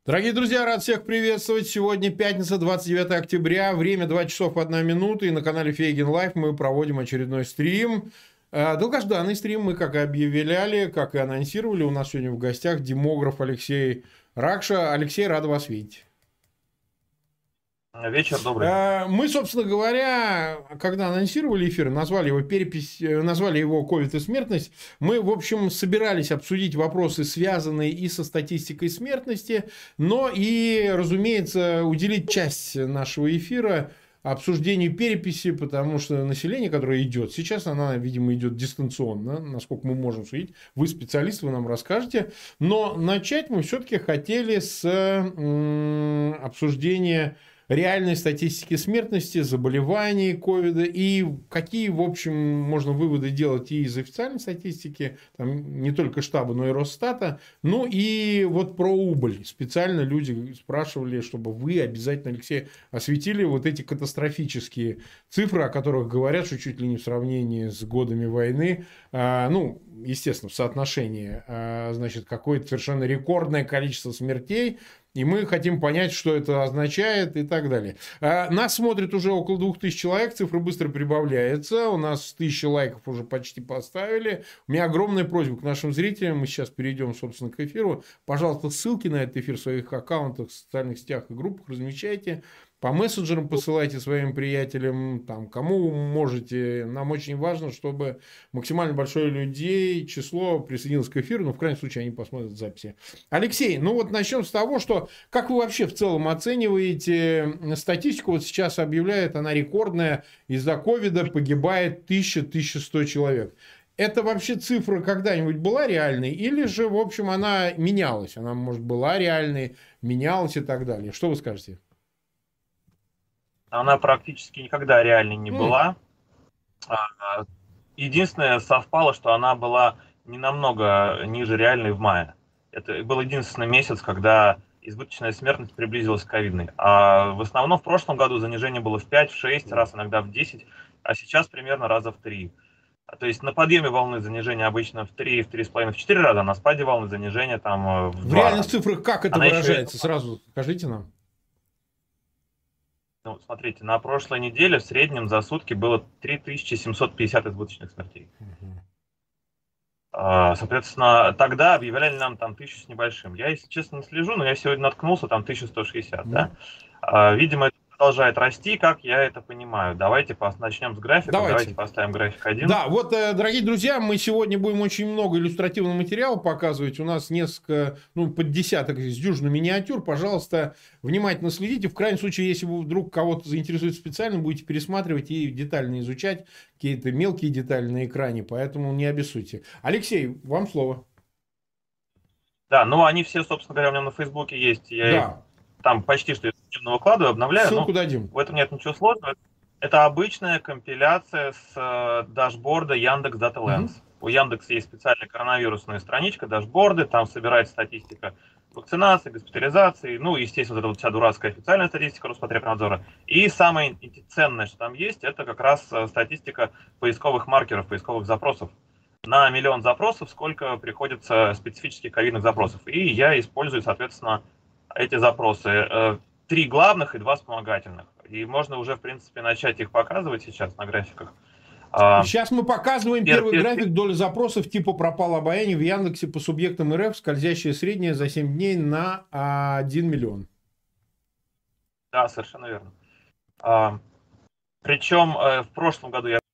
Дорогие друзья, рад всех приветствовать. Сегодня пятница, 29 октября, время 2 часов 1 минута, и на канале Фейгин Лайф мы проводим очередной стрим. Долгожданный стрим, мы как и объявляли, как и анонсировали. У нас сегодня в гостях демограф Алексей Ракша. Алексей, рад вас видеть. Вечер добрый. Мы, собственно говоря, когда анонсировали эфир, назвали его перепись, назвали его «Ковид и смертность». Мы, в общем, собирались обсудить вопросы, связанные и со статистикой смертности, но и, разумеется, уделить часть нашего эфира обсуждению переписи, потому что население, которое идет, сейчас она, видимо, идет дистанционно, насколько мы можем судить. Вы специалист, вы нам расскажете. Но начать мы все-таки хотели с обсуждения реальной статистики смертности, заболеваний ковида и какие, в общем, можно выводы делать и из официальной статистики, там, не только штаба, но и Росстата. Ну и вот про убыль. Специально люди спрашивали, чтобы вы обязательно, Алексей, осветили вот эти катастрофические цифры, о которых говорят, что чуть ли не в сравнении с годами войны, ну, естественно, в соотношении, значит, какое-то совершенно рекордное количество смертей. И мы хотим понять, что это означает и так далее. Нас смотрит уже около 2000 человек, цифра быстро прибавляется. У нас 1000 лайков уже почти поставили. У меня огромная просьба к нашим зрителям. Мы сейчас перейдем, собственно, к эфиру. Пожалуйста, ссылки на этот эфир в своих аккаунтах, в социальных сетях и группах размещайте. По мессенджерам посылайте своим приятелям, там, кому можете. Нам очень важно, чтобы максимально большое людей число присоединилось к эфиру, но в крайнем случае они посмотрят записи. Алексей, ну вот начнем с того, что как вы вообще в целом оцениваете статистику? Вот сейчас объявляет, она рекордная, из-за ковида погибает 1000-1100 человек. Это вообще цифра когда-нибудь была реальной? Или же, в общем, она менялась? Она, может, была реальной, менялась и так далее. Что вы скажете? Она практически никогда реальной не была. Единственное, совпало, что она была не намного ниже реальной в мае. Это был единственный месяц, когда избыточная смертность приблизилась к ковидной. А в основном в прошлом году занижение было в 5-6 раз, иногда в 10, а сейчас примерно раза в 3. То есть на подъеме волны занижения обычно в 3, в 3,5, в 4 раза, а на спаде волны занижения там в В 2 реальных раза. цифрах как это Она выражается? еще... Сразу скажите нам. Ну, смотрите, на прошлой неделе в среднем за сутки было 3750 избыточных смертей. Соответственно, тогда объявляли нам там 1000 с небольшим. Я, если честно, не слежу, но я сегодня наткнулся, там 1160, да? Видимо, это продолжает расти, как я это понимаю. Давайте начнем с графиков, давайте поставим график 1. Да, вот, дорогие друзья, мы сегодня будем очень много иллюстративного материала показывать. У нас несколько, ну, под десяток с дюжину миниатюр. Пожалуйста, внимательно следите. В крайнем случае, если вы вдруг кого-то заинтересует специально, будете пересматривать и детально изучать какие-то мелкие детали на экране. Поэтому не обессудьте. Алексей, вам слово. Да, ну они все, собственно говоря, у меня на Фейсбуке есть. Я их там почти что ежедневно выкладываю, обновляю. Ссылку дадим. В этом нет ничего сложного. Это обычная компиляция с дашборда Яндекс Data Lens. У Яндекса есть специальная коронавирусная страничка, дашборды, там собирается статистика вакцинации, госпитализации, ну, естественно, вот эта вот вся дурацкая официальная статистика Роспотребнадзора. И самое ценное, что там есть, это как раз статистика поисковых маркеров, поисковых запросов. На 1 миллион запросов сколько приходится специфических ковидных запросов. И я использую, соответственно, эти запросы. 3 главных и 2 вспомогательных. И можно уже, в принципе, начать их показывать сейчас на графиках. Сейчас мы показываем первый график доли запросов типа пропало обаяние в Яндексе по субъектам РФ, скользящая средняя за 7 дней на 1 миллион. Да, совершенно верно. Причем в прошлом году я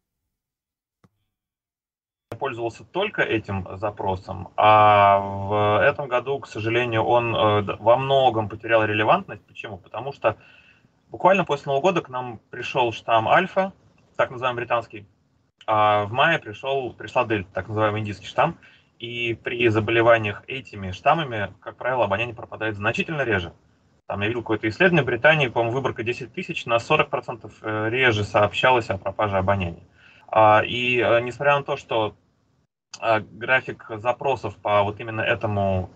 пользовался только этим запросом, а в этом году, к сожалению, он во многом потерял релевантность. Почему? Потому что буквально после Нового года к нам пришел штамм Альфа, так называемый британский, а в мае пришла Дельта, так называемый индийский штамм, и при заболеваниях этими штаммами, как правило, обоняние пропадает значительно реже. Там я видел какое-то исследование в Британии, по-моему, выборка 10 тысяч, на 40% реже сообщалось о пропаже обоняния. И несмотря на то, что график запросов по вот именно этому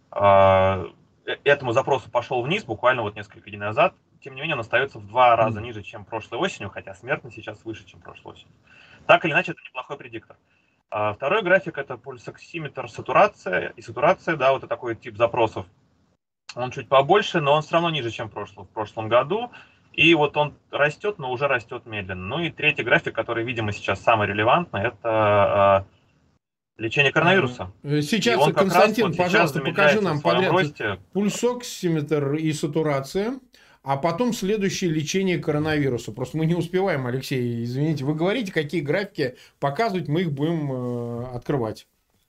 запросу пошел вниз буквально вот несколько дней назад, тем не менее он остается в 2 раза ниже, чем прошлой осенью, хотя смертность сейчас выше, чем прошлой осенью. Так или иначе, это неплохой предиктор. Второй график — это пульсоксиметр сатурация, да, вот это такой тип запросов. Он чуть побольше, но он все равно ниже, чем в прошлом году. И вот он растет, но уже растет медленно. Ну и третий график, который, видимо, сейчас самый релевантный, это лечение коронавируса. И Сейчас, он как раз Константин, вот сейчас пожалуйста, покажи замедляется в нам своем подряд росте. пульсоксиметр и сатурация, а потом следующее лечение коронавируса. Просто мы не успеваем, Алексей, извините. Вы говорите, какие графики показывать, мы их будем открывать.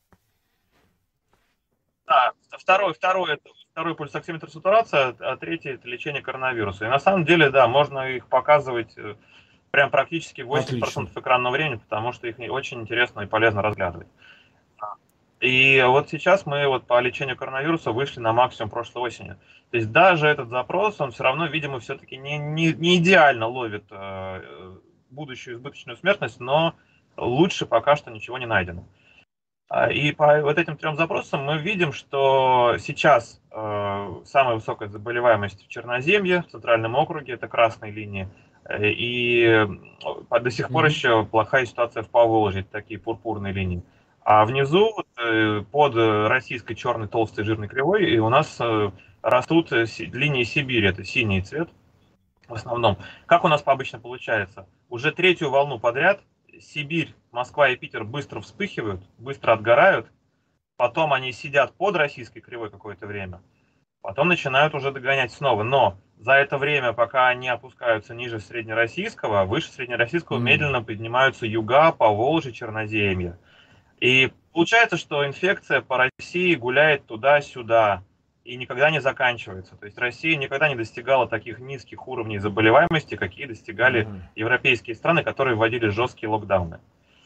Да, второй пульсоксиметр сатурация, а третий это лечение коронавируса. И на самом деле, да, можно их показывать прям практически 80% Отлично. экранного времени, потому что их очень интересно и полезно разглядывать. И вот сейчас мы вот по лечению коронавируса вышли на максимум прошлой осени. То есть даже этот запрос, он все равно, видимо, все-таки не идеально ловит будущую избыточную смертность, но лучше пока что ничего не найдено. И по вот этим трем запросам мы видим, что сейчас самая высокая заболеваемость в Черноземье, в Центральном округе, это красные линии, и до сих пор еще плохая ситуация в Поволжье, такие пурпурные линии. А внизу, под российской черной толстой жирной кривой, и у нас растут линии Сибири, это синий цвет в основном. Как у нас обычно получается? Уже третью волну подряд Сибирь, Москва и Питер быстро вспыхивают, быстро отгорают, потом они сидят под российской кривой какое-то время, потом начинают уже догонять снова. Но за это время, пока они опускаются ниже среднероссийского, выше среднероссийского медленно поднимаются юга, Поволжье, Черноземье. И получается, что инфекция по России гуляет туда-сюда и никогда не заканчивается. То есть Россия никогда не достигала таких низких уровней заболеваемости, какие достигали европейские страны, которые вводили жесткие локдауны.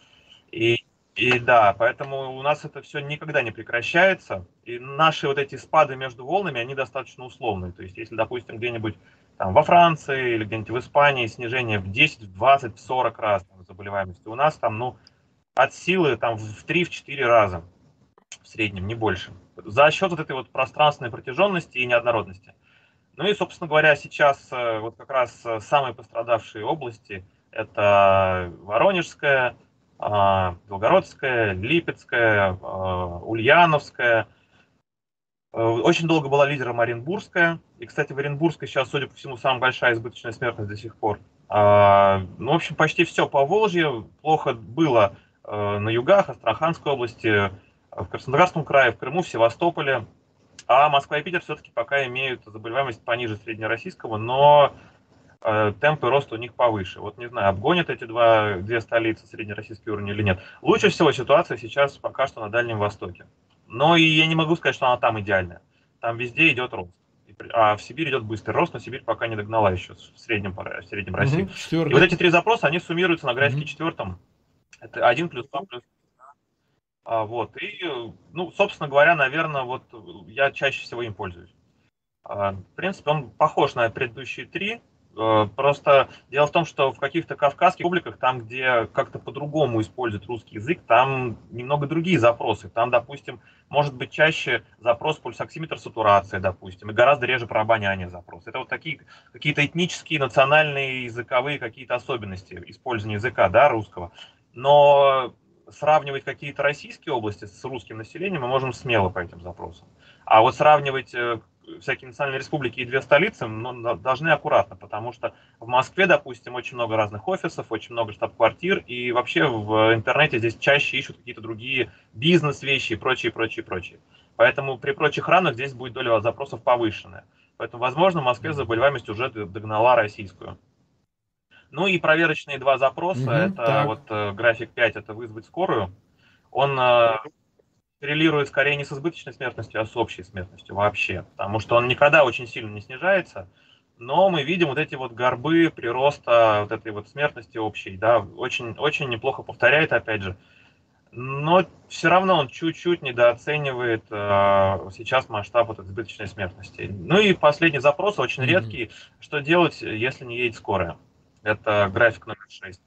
И да, поэтому у нас это все никогда не прекращается. И наши вот эти спады между волнами, они достаточно условные. То есть если, допустим, где-нибудь там во Франции или где-нибудь в Испании снижение в 10, в 20, в 40 раз там, заболеваемости, у нас там, ну, от силы там в 3-4 раза в среднем, не больше. За счет вот этой вот пространственной протяженности и неоднородности. Ну и, собственно говоря, сейчас вот как раз самые пострадавшие области это Воронежская, Белгородская, Липецкая, Ульяновская. Очень долго была лидером Оренбургская. И, кстати, в Оренбургской сейчас, судя по всему, самая большая избыточная смертность до сих пор. Ну, в общем, почти все по Волжье. Плохо было на югах, Астраханской области, в Краснодарском крае, в Крыму, в Севастополе. А Москва и Питер все-таки пока имеют заболеваемость пониже среднероссийского, но темпы роста у них повыше. Вот не знаю, обгонят эти две столицы среднероссийский уровень или нет. Лучше всего ситуация сейчас пока что на Дальнем Востоке. Но и я не могу сказать, что она там идеальная. Там везде идет рост. А в Сибирь идет быстрый рост, но Сибирь пока не догнала еще в среднем России. И вот эти три запроса, они суммируются на графике четвертом. Это 1 плюс 2 плюс. Вот. И, ну, собственно говоря, наверное, вот я чаще всего им пользуюсь. В принципе, он похож на предыдущие три. Просто дело в том, что в каких-то кавказских республиках, там, где как-то по-другому используют русский язык, там немного другие запросы. Там, допустим, может быть чаще запрос пульсоксиметр сатурация, допустим, и гораздо реже про обоняние запрос. Это вот такие какие-то этнические, национальные, языковые какие-то особенности использования языка, да, русского. Но сравнивать какие-то российские области с русским населением мы можем смело по этим запросам. А вот сравнивать всякие национальные республики и две столицы, ну, должны аккуратно, потому что в Москве, допустим, очень много разных офисов, очень много штаб-квартир, и вообще в интернете здесь чаще ищут какие-то другие бизнес-вещи и прочее, прочее, прочее. Поэтому при прочих равных здесь будет доля запросов повышенная. Поэтому, возможно, в Москве заболеваемость уже догнала российскую. Ну и проверочные два запроса, это вот график 5, это вызвать скорую. Он коррелирует скорее не с избыточной смертностью, а с общей смертностью вообще. Потому что он никогда очень сильно не снижается, но мы видим вот эти вот горбы прироста вот этой вот смертности общей, да, очень, очень неплохо повторяет, опять же. Но все равно он чуть-чуть недооценивает сейчас масштаб вот избыточной смертности. Ну и последний запрос, очень редкий. Что делать, если не едет скорая? Это график номер 6.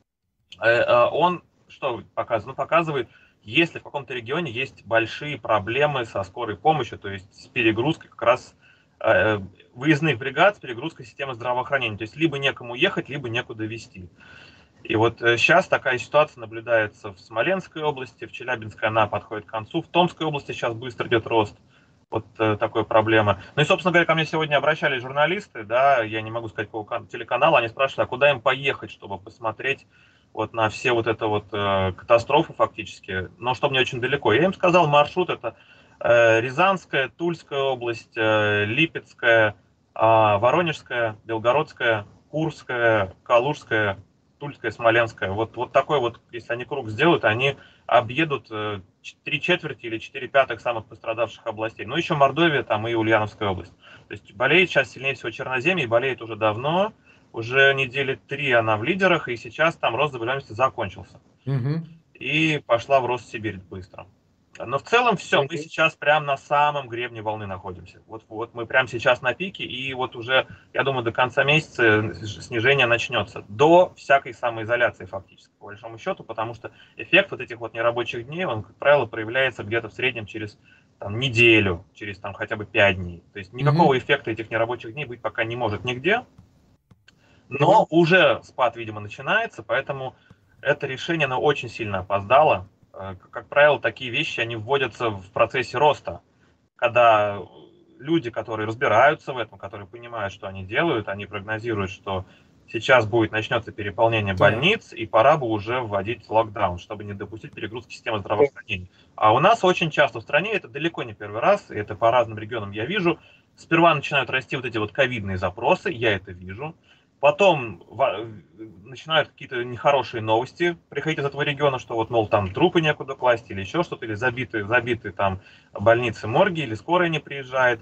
Он что показывает? Ну, показывает, если в каком-то регионе есть большие проблемы со скорой помощью, то есть с перегрузкой как раз выездных бригад, с перегрузкой системы здравоохранения. То есть либо некому ехать, либо некуда везти. И вот сейчас такая ситуация наблюдается в Смоленской области, в Челябинской она подходит к концу, в Томской области сейчас быстро идет рост. Вот такой проблемы. Ну и, собственно говоря, ко мне сегодня обращались журналисты, да, я не могу сказать, какого телеканала, они спрашивали, а куда им поехать, чтобы посмотреть вот на все вот это вот катастрофы фактически, но чтобы не очень далеко. Я им сказал, маршрут это Рязанская, Тульская область, Липецкая, Воронежская, Белгородская, Курская, Калужская, Тульская, Смоленская. Вот такой вот, если они круг сделают, они объедут 3/4 или 4/5 самых пострадавших областей. Ну, еще Мордовия там и Ульяновская область. То есть болеет сейчас сильнее всего Черноземье, и болеет уже давно. Уже недели 3 она в лидерах, и сейчас там рост заболеваемости закончился. Угу. И пошла в рост Сибирь быстро. Но в целом все, мы сейчас прямо на самом гребне волны находимся. Вот мы прямо сейчас на пике, и вот уже, я думаю, до конца месяца снижение начнется. До всякой самоизоляции фактически, по большому счету, потому что эффект вот этих вот нерабочих дней, он, как правило, проявляется где-то в среднем через там, неделю, через там, хотя бы 5 дней. То есть никакого эффекта этих нерабочих дней быть пока не может нигде. Но уже спад, видимо, начинается, поэтому это решение, оно очень сильно опоздало. Как правило, такие вещи, они вводятся в процессе роста, когда люди, которые разбираются в этом, которые понимают, что они делают, они прогнозируют, что сейчас начнется переполнение больниц, и пора бы уже вводить локдаун, чтобы не допустить перегрузки системы здравоохранения. А у нас очень часто в стране, это далеко не первый раз, и это по разным регионам я вижу, сперва начинают расти вот эти вот ковидные запросы, я это вижу. Потом начинают какие-то нехорошие новости приходить из этого региона, что вот, мол, там трупы некуда класть или еще что-то, или забиты там больницы, морги, или скорая не приезжает.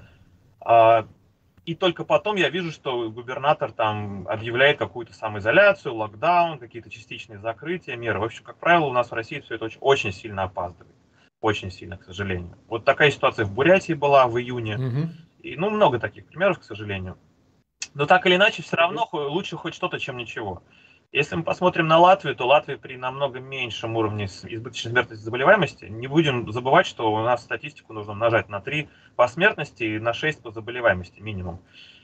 И только потом я вижу, что губернатор там объявляет какую-то самоизоляцию, локдаун, какие-то частичные закрытия, меры. В общем, как правило, у нас в России все это очень, очень сильно опаздывает. Очень сильно, к сожалению. Вот такая ситуация в Бурятии была в июне. И, ну, много таких примеров, к сожалению. Но так или иначе, все равно лучше хоть что-то, чем ничего. Если мы посмотрим на Латвию, то Латвия при намного меньшем уровне избыточной смертности и заболеваемости. Не будем забывать, что у нас статистику нужно умножать на 3 по смертности и на 6 по заболеваемости минимум.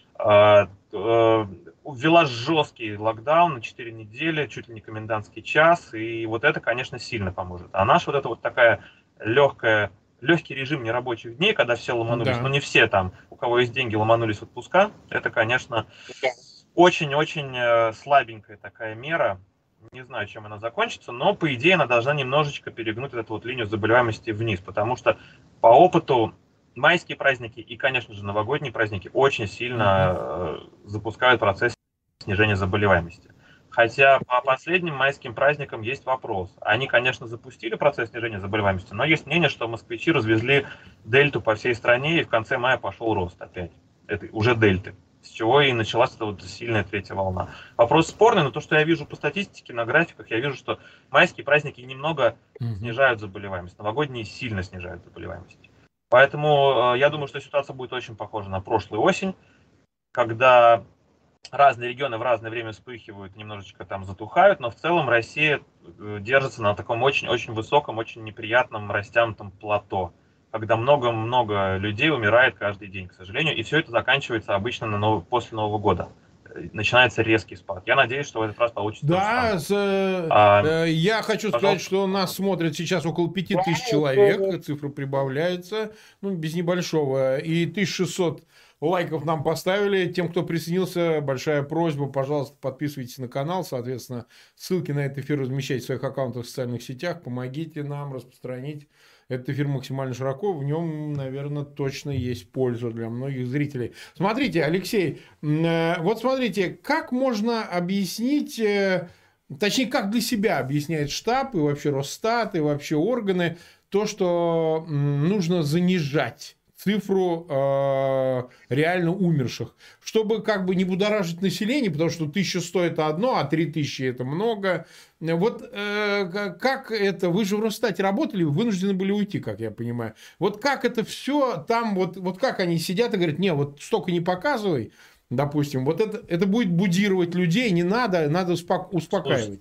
Ввела жесткий локдаун на 4 недели, чуть ли не комендантский час, и вот это, конечно, сильно поможет. А наш вот это вот такая легкий режим нерабочих дней, когда все ломанулись, но не все там, у кого есть деньги, ломанулись в отпуска, это, конечно, очень-очень слабенькая такая мера. Не знаю, чем она закончится, но, по идее, она должна немножечко перегнуть эту вот линию заболеваемости вниз, потому что по опыту майские праздники и, конечно же, новогодние праздники очень сильно запускают процесс снижения заболеваемости. Хотя по последним майским праздникам есть вопрос. Они, конечно, запустили процесс снижения заболеваемости, но есть мнение, что москвичи развезли дельту по всей стране, и в конце мая пошел рост опять. Это уже дельты. С чего и началась эта вот сильная третья волна. Вопрос спорный, но то, что я вижу по статистике, на графиках, я вижу, что майские праздники немного снижают заболеваемость, новогодние сильно снижают заболеваемость. Поэтому я думаю, что ситуация будет очень похожа на прошлую осень, когда разные регионы в разное время вспыхивают, немножечко там затухают, но в целом Россия держится на таком очень-очень высоком, очень неприятном растянутом плато, когда много-много людей умирает каждый день, к сожалению, и все это заканчивается обычно после Нового года. Начинается резкий спад. Я надеюсь, что в этот раз получится. Да, я хочу сказать, что нас смотрят сейчас около 5000 человек, цифра прибавляется, ну, без небольшого, и 1600 лайков нам поставили. Тем, кто присоединился, большая просьба, пожалуйста, подписывайтесь на канал, соответственно, ссылки на этот эфир размещайте в своих аккаунтах в социальных сетях, помогите нам распространить этот эфир максимально широко, в нем, наверное, точно есть польза для многих зрителей. Смотрите, Алексей, вот смотрите, как можно объяснить, точнее, как для себя объясняет штаб и вообще Росстат, и вообще органы, то, что нужно занижать цифру реально умерших, чтобы как бы не будоражить население, потому что 1100 это одно, а 3000 это много. Вот как это, вы же в Росстате работали, вынуждены были уйти, как я понимаю. Вот как это все там, вот как они сидят и говорят, не, вот столько не показывай, допустим, вот это будет будировать людей, не надо, надо успокаивать.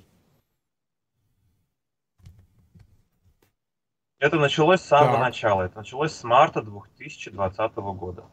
Это началось с самого начала. Это началось с марта 2020 года.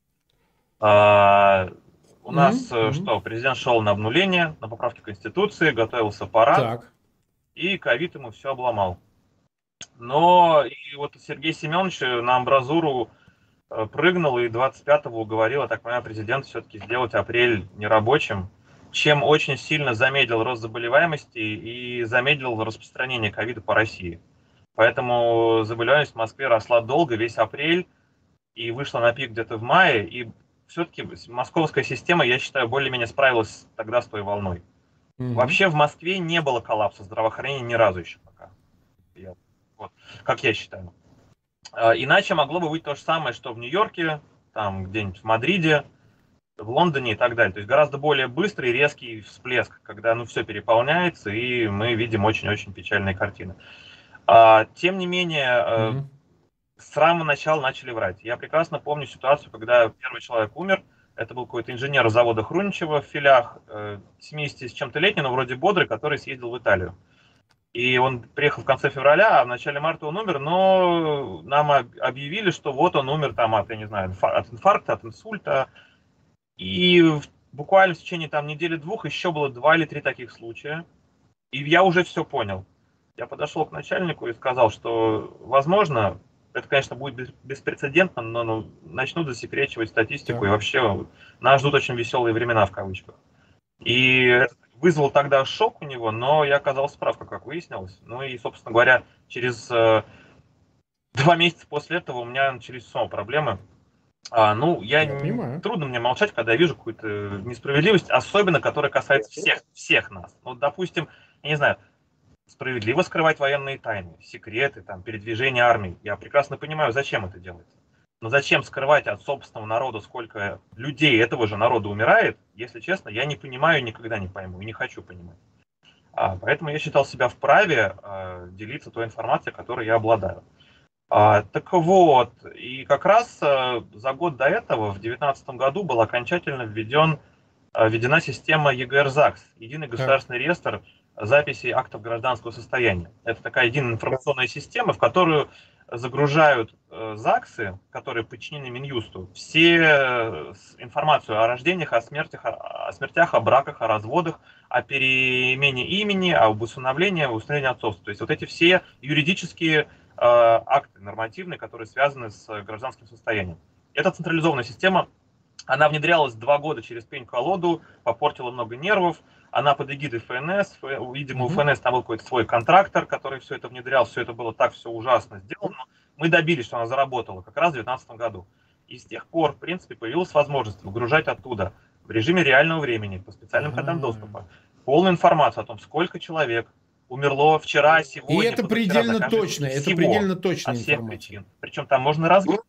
У нас что? Президент шел на обнуление, на поправки Конституции, готовился парад, и ковид ему все обломал. Но и вот Сергей Семенович на амбразуру прыгнул и 25-го уговорил, я так понимаю, президент все-таки сделать апрель нерабочим, чем очень сильно замедлил рост заболеваемости и замедлил распространение ковида по России. Поэтому заболеваемость в Москве росла долго, весь апрель, и вышла на пик где-то в мае, и все-таки московская система, я считаю, более-менее справилась тогда с той волной. Вообще в Москве не было коллапса здравоохранения ни разу еще пока. Вот, как я считаю. Иначе могло бы быть то же самое, что в Нью-Йорке, там где-нибудь в Мадриде, в Лондоне и так далее. То есть гораздо более быстрый, резкий всплеск, когда все переполняется, и мы видим очень-очень печальные картины. Тем не менее, с самого начала начали врать. Я прекрасно помню ситуацию, когда первый человек умер. Это был какой-то инженер завода Хруничева в Филях, 70 с чем-то летний, но вроде бодрый, который съездил в Италию. И он приехал в конце февраля, а в начале марта он умер, но нам объявили, что вот он умер там от, я не знаю, от инфаркта, от инсульта. И буквально в течение там недели-двух еще было 2 или 3 таких случая. И я уже все понял. Я подошел к начальнику и сказал, что, возможно, это, конечно, будет беспрецедентно, но начнут засекречивать статистику, и вообще нас ждут очень веселые времена, в кавычках. И это вызвал тогда шок у него, но я оказался прав, как выяснилось. Ну и, собственно говоря, через 2 месяца после этого у меня начались снова проблемы. Трудно мне молчать, когда я вижу какую-то несправедливость, особенно которая касается всех нас. Ну, допустим, я не знаю, справедливо скрывать военные тайны, секреты, там, передвижение армии. Я прекрасно понимаю, зачем это делается. Но зачем скрывать от собственного народа, сколько людей этого же народа умирает, если честно, я не понимаю, никогда не пойму и не хочу понимать. Поэтому я считал себя вправе делиться той информацией, которой я обладаю. Так вот, и как раз за год до этого, в 2019 году, был окончательно введена система ЕГР-ЗАГС, Единый государственный реестр записей актов гражданского состояния. Это такая единая информационная система, в которую загружают ЗАГСы, которые подчинены Минюсту, все информацию о рождениях, о смертях, о браках, о разводах, о перемене имени, об усыновлении, отцовства. То есть вот эти все юридические акты нормативные, которые связаны с гражданским состоянием. Эта централизованная система, она внедрялась 2 года через пень-колоду, попортила много нервов. Она под эгидой ФНС. Видимо, у ФНС там был какой-то свой контрактор, который все это внедрял. Все это было так все ужасно сделано. Мы добились, что она заработала как раз в 2019 году. И с тех пор, в принципе, появилась возможность выгружать оттуда в режиме реального времени, по специальным кодам доступа, полную информацию о том, сколько человек умерло вчера, сегодня. И это предельно точно. Это предельно точная информация. Причин. Причем там можно разбить.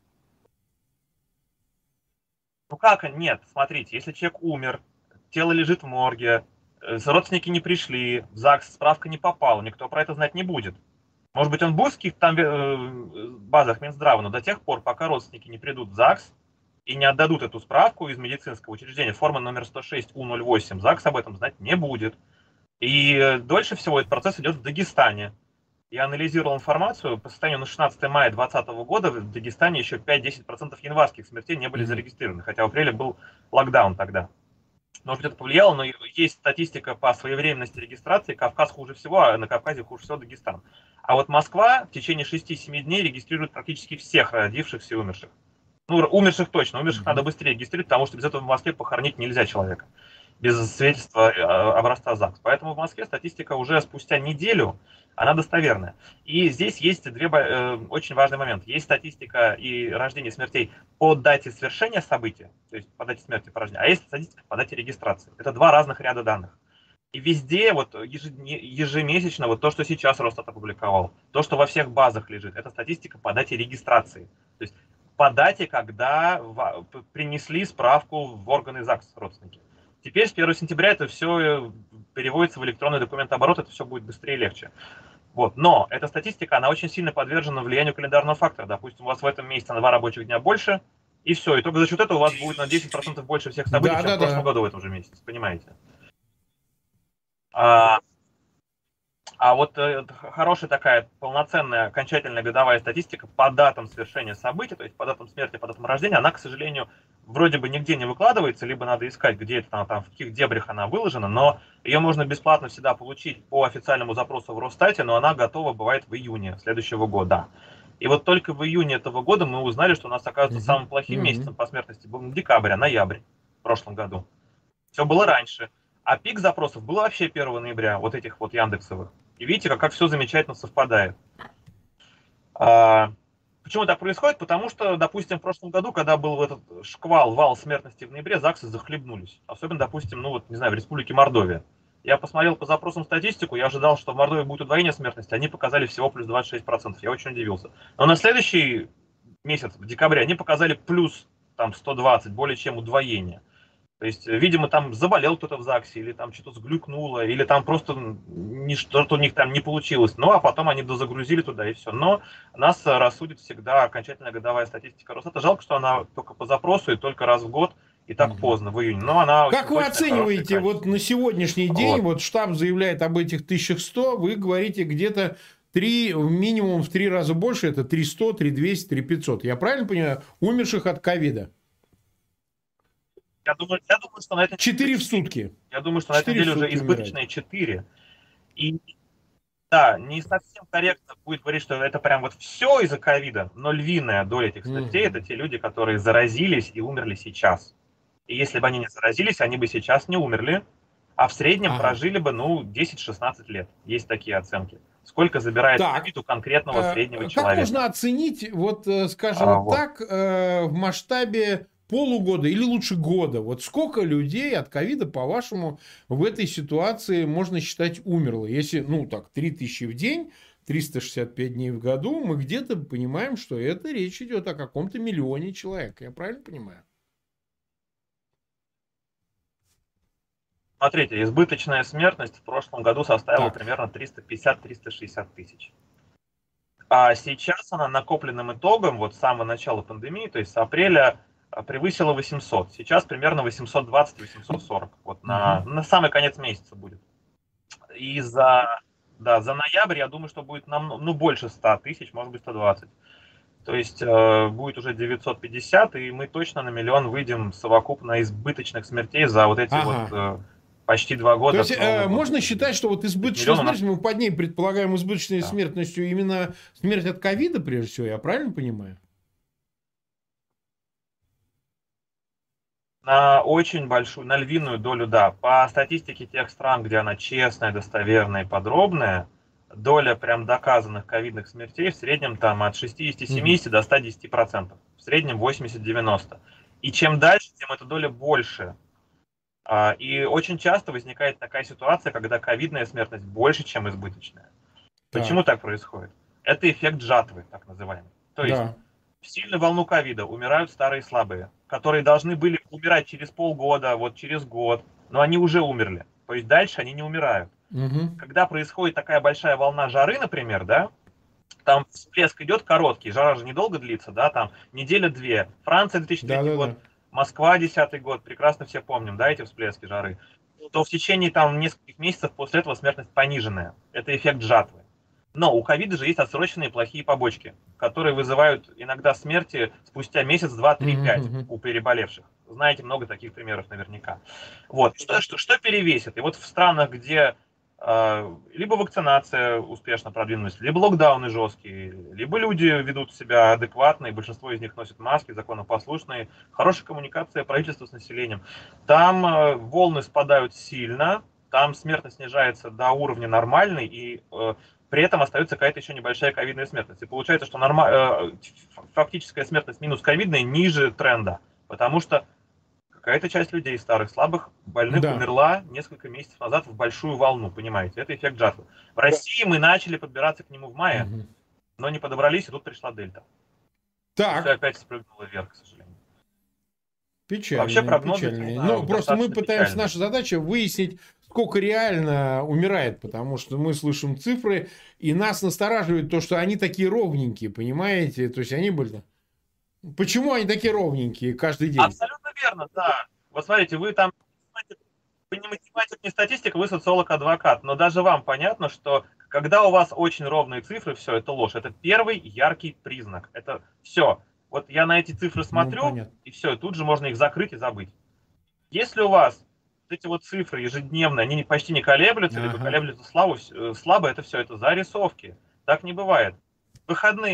Ну как? Нет, смотрите, если человек умер, тело лежит в морге, родственники не пришли, в ЗАГС справка не попала, никто про это знать не будет. Может быть, он будет в каких-то там базах Минздрава, но до тех пор, пока родственники не придут в ЗАГС и не отдадут эту справку из медицинского учреждения, форма номер 106 У08, ЗАГС об этом знать не будет. И дольше всего этот процесс идет в Дагестане. Я анализировал информацию, по состоянию на 16 мая 2020 года в Дагестане еще 5-10% январских смертей не были зарегистрированы, хотя в апреле был локдаун тогда. Может быть, это повлияло, но есть статистика по своевременности регистрации. Кавказ хуже всего, а на Кавказе хуже всего Дагестан. А вот Москва в течение 6-7 дней регистрирует практически всех родившихся и умерших. Ну, умерших точно, умерших надо быстрее регистрировать, потому что без этого в Москве похоронить нельзя человека. Без свидетельства образца ЗАГС. Поэтому в Москве статистика уже спустя неделю, она достоверная. И здесь есть 2 очень важные моменты. Есть статистика и рождение смертей по дате совершения события, то есть по дате смерти, по рождению, а есть статистика по дате регистрации. Это 2 разных ряда данных. И везде вот ежемесячно, вот то, что сейчас Росстат опубликовал, то, что во всех базах лежит, это статистика по дате регистрации. То есть по дате, когда принесли справку в органы ЗАГС родственники. Теперь с 1 сентября это все переводится в электронный документооборот, это все будет быстрее и легче. Вот. Но эта статистика, она очень сильно подвержена влиянию календарного фактора. Допустим, у вас в этом месяце на 2 рабочих дня больше, и все. И только за счет этого у вас будет на 10% больше всех событий, чем в прошлом году в этом же месяце. Понимаете? А вот хорошая такая полноценная окончательная годовая статистика по датам совершения событий, то есть по датам смерти, по датам рождения, она, к сожалению, вроде бы нигде не выкладывается, либо надо искать, где это там, в каких дебрях она выложена, но ее можно бесплатно всегда получить по официальному запросу в Росстате, но она готова бывает в июне следующего года. И вот только в июне этого года мы узнали, что у нас, оказывается, самым плохим месяцем по смертности был не декабрь, а ноябрь в прошлом году. Все было раньше. А пик запросов был вообще 1 ноября, вот этих вот яндексовых. И видите, как все замечательно совпадает. Почему так происходит? Потому что, допустим, в прошлом году, когда был этот шквал, вал смертности в ноябре, ЗАГСы захлебнулись. Особенно, допустим, ну вот, не знаю, в Республике Мордовия. Я посмотрел по запросам статистику, я ожидал, что в Мордовии будет удвоение смертности, они показали всего плюс 26%. Я очень удивился. Но на следующий месяц, в декабре, они показали плюс там 120, более чем удвоение. То есть, видимо, там заболел кто-то в ЗАГСе, или там что-то сглюкнуло, или там просто что-то у них там не получилось. Ну, а потом они дозагрузили туда, и все. Но нас рассудит всегда окончательная годовая статистика Росстата. Жалко, что она только по запросу и только раз в год, и так поздно, в июне. Но она как очень вы точная, оцениваете вот на сегодняшний день, вот штаб заявляет об этих 1100, вы говорите где-то минимум в 3 раза больше, это 300, 3200, 3500. Я правильно понимаю? Умерших от ковида. Я думаю, что на этой 4 в сутки. Я думаю, что на этой неделе уже избыточные 4. И да, не совсем корректно будет говорить, что это прям вот все из-за ковида, но львиная доля этих смертей это те люди, которые заразились и умерли сейчас. И если бы они не заразились, они бы сейчас не умерли, а в среднем прожили бы, ну, 10-16 лет. Есть такие оценки. Сколько забирает ковид у конкретного среднего человека. Как можно оценить, вот, скажем так, в масштабе полугода или лучше года? Вот сколько людей от ковида, по-вашему, в этой ситуации можно считать умерло? Если, ну, так, 3000 в день, 365 дней в году, мы где-то понимаем, что это речь идет о каком-то миллионе человек. Я правильно понимаю? Смотрите, избыточная смертность в прошлом году составила примерно 350-360 тысяч. А сейчас она накопленным итогом, вот с самого начала пандемии, то есть с апреля, превысила 800. Сейчас примерно 820-840. Вот на самый конец месяца будет. И за ноябрь, я думаю, что будет больше 100 тысяч, может быть 120. То есть будет уже 950, и мы точно на миллион выйдем совокупно избыточных смертей за вот эти вот почти 2 года. То есть можно считать, что вот избыточная смертность, мы под ней предполагаем избыточной смертностью именно смерть от ковида, прежде всего, я правильно понимаю? На очень большую, на львиную долю, да. По статистике тех стран, где она честная, достоверная и подробная, доля прям доказанных ковидных смертей в среднем там от 60-70 до 110%. В среднем 80-90%. И чем дальше, тем эта доля больше. И очень часто возникает такая ситуация, когда ковидная смертность больше, чем избыточная. Почему так происходит? Это эффект жатвы, так называемый. То есть в сильную волну ковида умирают старые и слабые, которые должны были умирать через полгода, вот через год, но они уже умерли. То есть дальше они не умирают. Когда происходит такая большая волна жары, например, да, там всплеск идет короткий, жара же недолго длится, да, там неделя-две. Франция 2003 год, Москва 10-й год, прекрасно все помним, да, эти всплески жары. То в течение там нескольких месяцев после этого смертность пониженная. Это эффект жатвы. Но у ковида же есть отсроченные плохие побочки, которые вызывают иногда смерти спустя месяц, 2, 3, 5 у переболевших. Знаете, много таких примеров наверняка. Вот. Что перевесит? И вот в странах, где либо вакцинация успешно продвинулась, либо локдауны жесткие, либо люди ведут себя адекватно, и большинство из них носят маски, законопослушные, хорошая коммуникация правительства с населением. Там волны спадают сильно, там смертность снижается до уровня нормальной, и при этом остается какая-то еще небольшая ковидная смертность. И получается, что фактическая смертность минус ковидная ниже тренда, потому что какая-то часть людей, старых, слабых, больных умерла несколько месяцев назад в большую волну, понимаете? Это эффект жатвы. В России мы начали подбираться к нему в мае, но не подобрались, и тут пришла дельта. Так. И все опять спрыгнуло вверх, к сожалению. Печально. Вообще прогнозы... Ну, просто мы пытаемся, наша задача выяснить, сколько реально умирает, потому что мы слышим цифры, и нас настораживает то, что они такие ровненькие, понимаете? То есть они были... Почему они такие ровненькие каждый день? Абсолютно верно, да. Вот смотрите, вы там вы не математик, не статистик, вы социолог-адвокат. Но даже вам понятно, что когда у вас очень ровные цифры, все, это ложь. Это первый яркий признак. Это все. Вот я на эти цифры смотрю, и все, и тут же можно их закрыть и забыть. Если у вас эти вот цифры ежедневные, они почти не колеблются, либо колеблются слабо, это все, это зарисовки. Так не бывает. Выходные.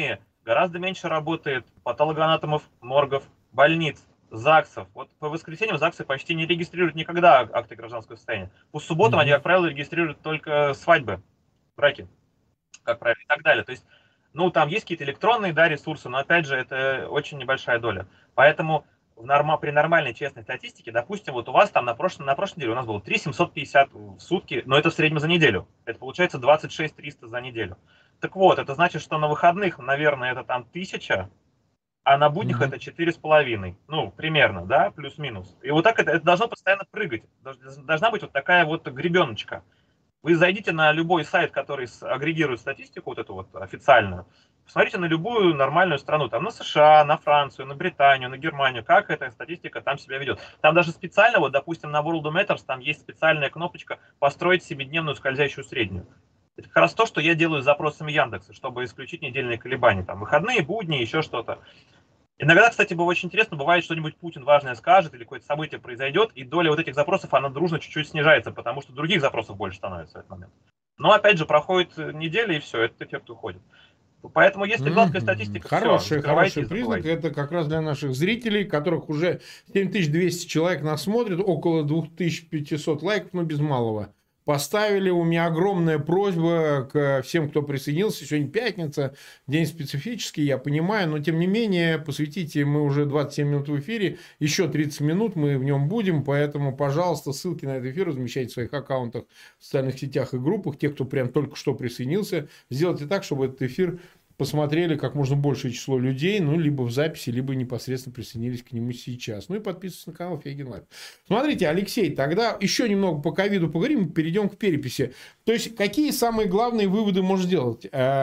гораздо меньше работает патологоанатомов, моргов, больниц, ЗАГСов. Вот по воскресеньям ЗАГСы почти не регистрируют никогда акты гражданского состояния. По субботам они, как правило, регистрируют только свадьбы, браки, как правило, и так далее. То есть, ну, там есть какие-то электронные, да, ресурсы, но, опять же, это очень небольшая доля. Поэтому при нормальной честной статистике, допустим, вот у вас там на прошлой неделе у нас было 3750 в сутки, но это в среднем за неделю. Это получается 26 300 за неделю. Так вот, это значит, что на выходных, наверное, это там 1000, а на буднях это 4,5. Ну, примерно, да, плюс-минус. И вот так это должно постоянно прыгать. Должна быть вот такая вот гребеночка. Вы зайдите на любой сайт, который агрегирует статистику, вот эту вот официальную, посмотрите на любую нормальную страну, там на США, на Францию, на Британию, на Германию, как эта статистика там себя ведет. Там даже специально, вот, допустим, на World Matters, там есть специальная кнопочка «Построить себе дневную скользящую среднюю». Это как раз то, что я делаю с запросами Яндекса, чтобы исключить недельные колебания, там, выходные, будни, еще что-то. Иногда, кстати, было очень интересно, бывает, что-нибудь Путин важное скажет или какое-то событие произойдет, и доля вот этих запросов, она дружно чуть-чуть снижается, потому что других запросов больше становится в этот момент. Но, опять же, проходит неделя, и все, этот эффект уходит. Поэтому, если гладкая статистика, хороший признак, это как раз для наших зрителей, которых уже 7200 человек нас смотрят, около 2500 лайков, но без малого поставили. У меня огромная просьба к всем, кто присоединился. Сегодня пятница, день специфический, я понимаю, но тем не менее, посвятите, мы уже 27 минут в эфире, еще 30 минут мы в нем будем, поэтому, пожалуйста, ссылки на этот эфир размещайте в своих аккаунтах в социальных сетях и группах, тех, кто прям только что присоединился, сделайте так, чтобы этот эфир посмотрели как можно большее число людей, ну, либо в записи, либо непосредственно присоединились к нему сейчас. Ну, и подписывайтесь на канал Фейгин Лайв. Смотрите, Алексей, тогда еще немного по ковиду поговорим, перейдем к переписи. То есть, какие самые главные выводы можно сделать?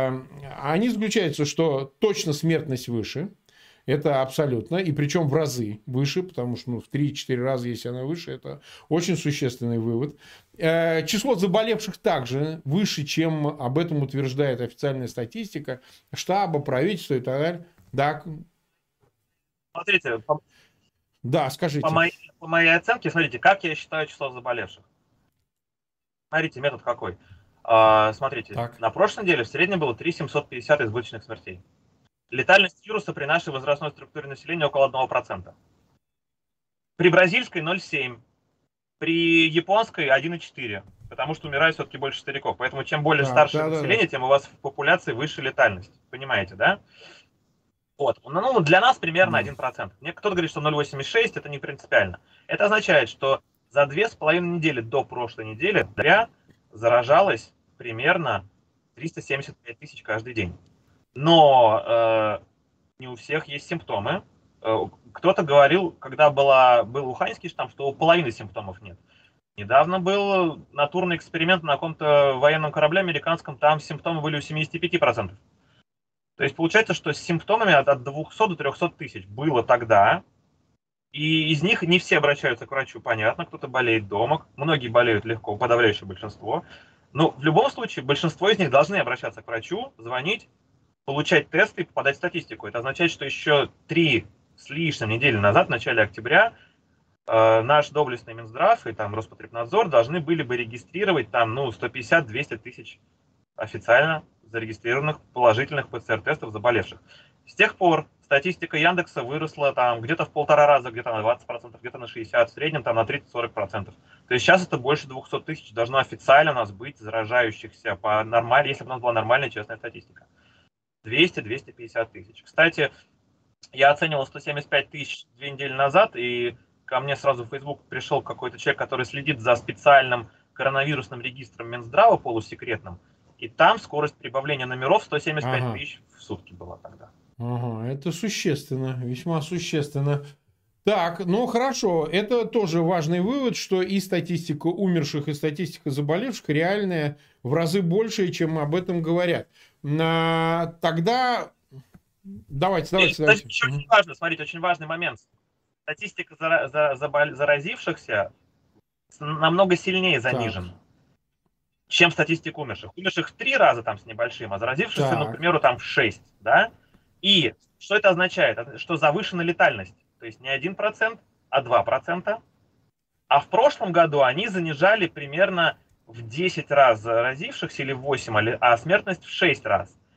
Они заключаются, что точно смертность выше. Это абсолютно. И причем в разы выше, потому что в 3-4 раза, если она выше, это очень существенный вывод. Число заболевших также выше, чем об этом утверждает официальная статистика штаба, правительства и так далее. Да. Смотрите, да, скажите. По моей оценке, смотрите, как я считаю число заболевших. Смотрите, метод какой. Смотрите, так. На прошлой неделе в среднем было 3750 избыточных смертей. Летальность вируса при нашей возрастной структуре населения около 1%. При бразильской 0,7%. При японской 1,4%. Потому что умирает все-таки больше стариков. Поэтому чем более старшее население, тем у вас в популяции выше летальность. Понимаете, да? Вот. Ну, для нас примерно 1%. Мне кто-то говорит, что 0,86% это не принципиально. Это означает, что за 2,5 недели до прошлой недели заражалось примерно 375 тысяч каждый день. Но не у всех есть симптомы. Кто-то говорил, когда был уханьский штамм, что у половины симптомов нет. Недавно был натурный эксперимент на каком-то военном корабле американском, там симптомы были у 75%. То есть получается, что с симптомами от 200 до 300 тысяч было тогда, и из них не все обращаются к врачу, понятно, кто-то болеет дома, многие болеют легко, подавляющее большинство. Но в любом случае большинство из них должны обращаться к врачу, звонить, получать тесты и попадать в статистику. Это означает, что еще 3 с лишним недели назад, в начале октября, наш доблестный Минздрав и там Роспотребнадзор должны были бы регистрировать там 150-200 тысяч официально зарегистрированных положительных ПЦР-тестов заболевших. С тех пор статистика Яндекса выросла там где-то в 1,5 раза, где-то на 20%, где-то на 60%, в среднем там на 30-40%. То есть сейчас это больше 200 тысяч должно официально у нас быть заражающихся по нормальной, если бы у нас была нормальная честная статистика. 200-250 тысяч. Кстати, я оценивал 175 тысяч 2 недели назад, и ко мне сразу в Facebook пришел какой-то человек, который следит за специальным коронавирусным регистром Минздрава, полусекретным, и там скорость прибавления номеров 175 тысяч в сутки была тогда. Это существенно, весьма существенно. Так, ну хорошо, это тоже важный вывод, что и статистика умерших, и статистика заболевших реальная в разы больше, чем об этом говорят. Тогда давайте. Еще очень важно, смотрите, очень важный момент. Статистика заразившихся намного сильнее занижена, чем статистика умерших. Умерших в 3 раза там с небольшим, а заразившихся, к примеру, там в 6, да? И что это означает? Что завышена летальность. То есть не 1%, а 2%. А в прошлом году они занижали примерно в 10 раз заразившихся или в 8, а смертность в 6 раз.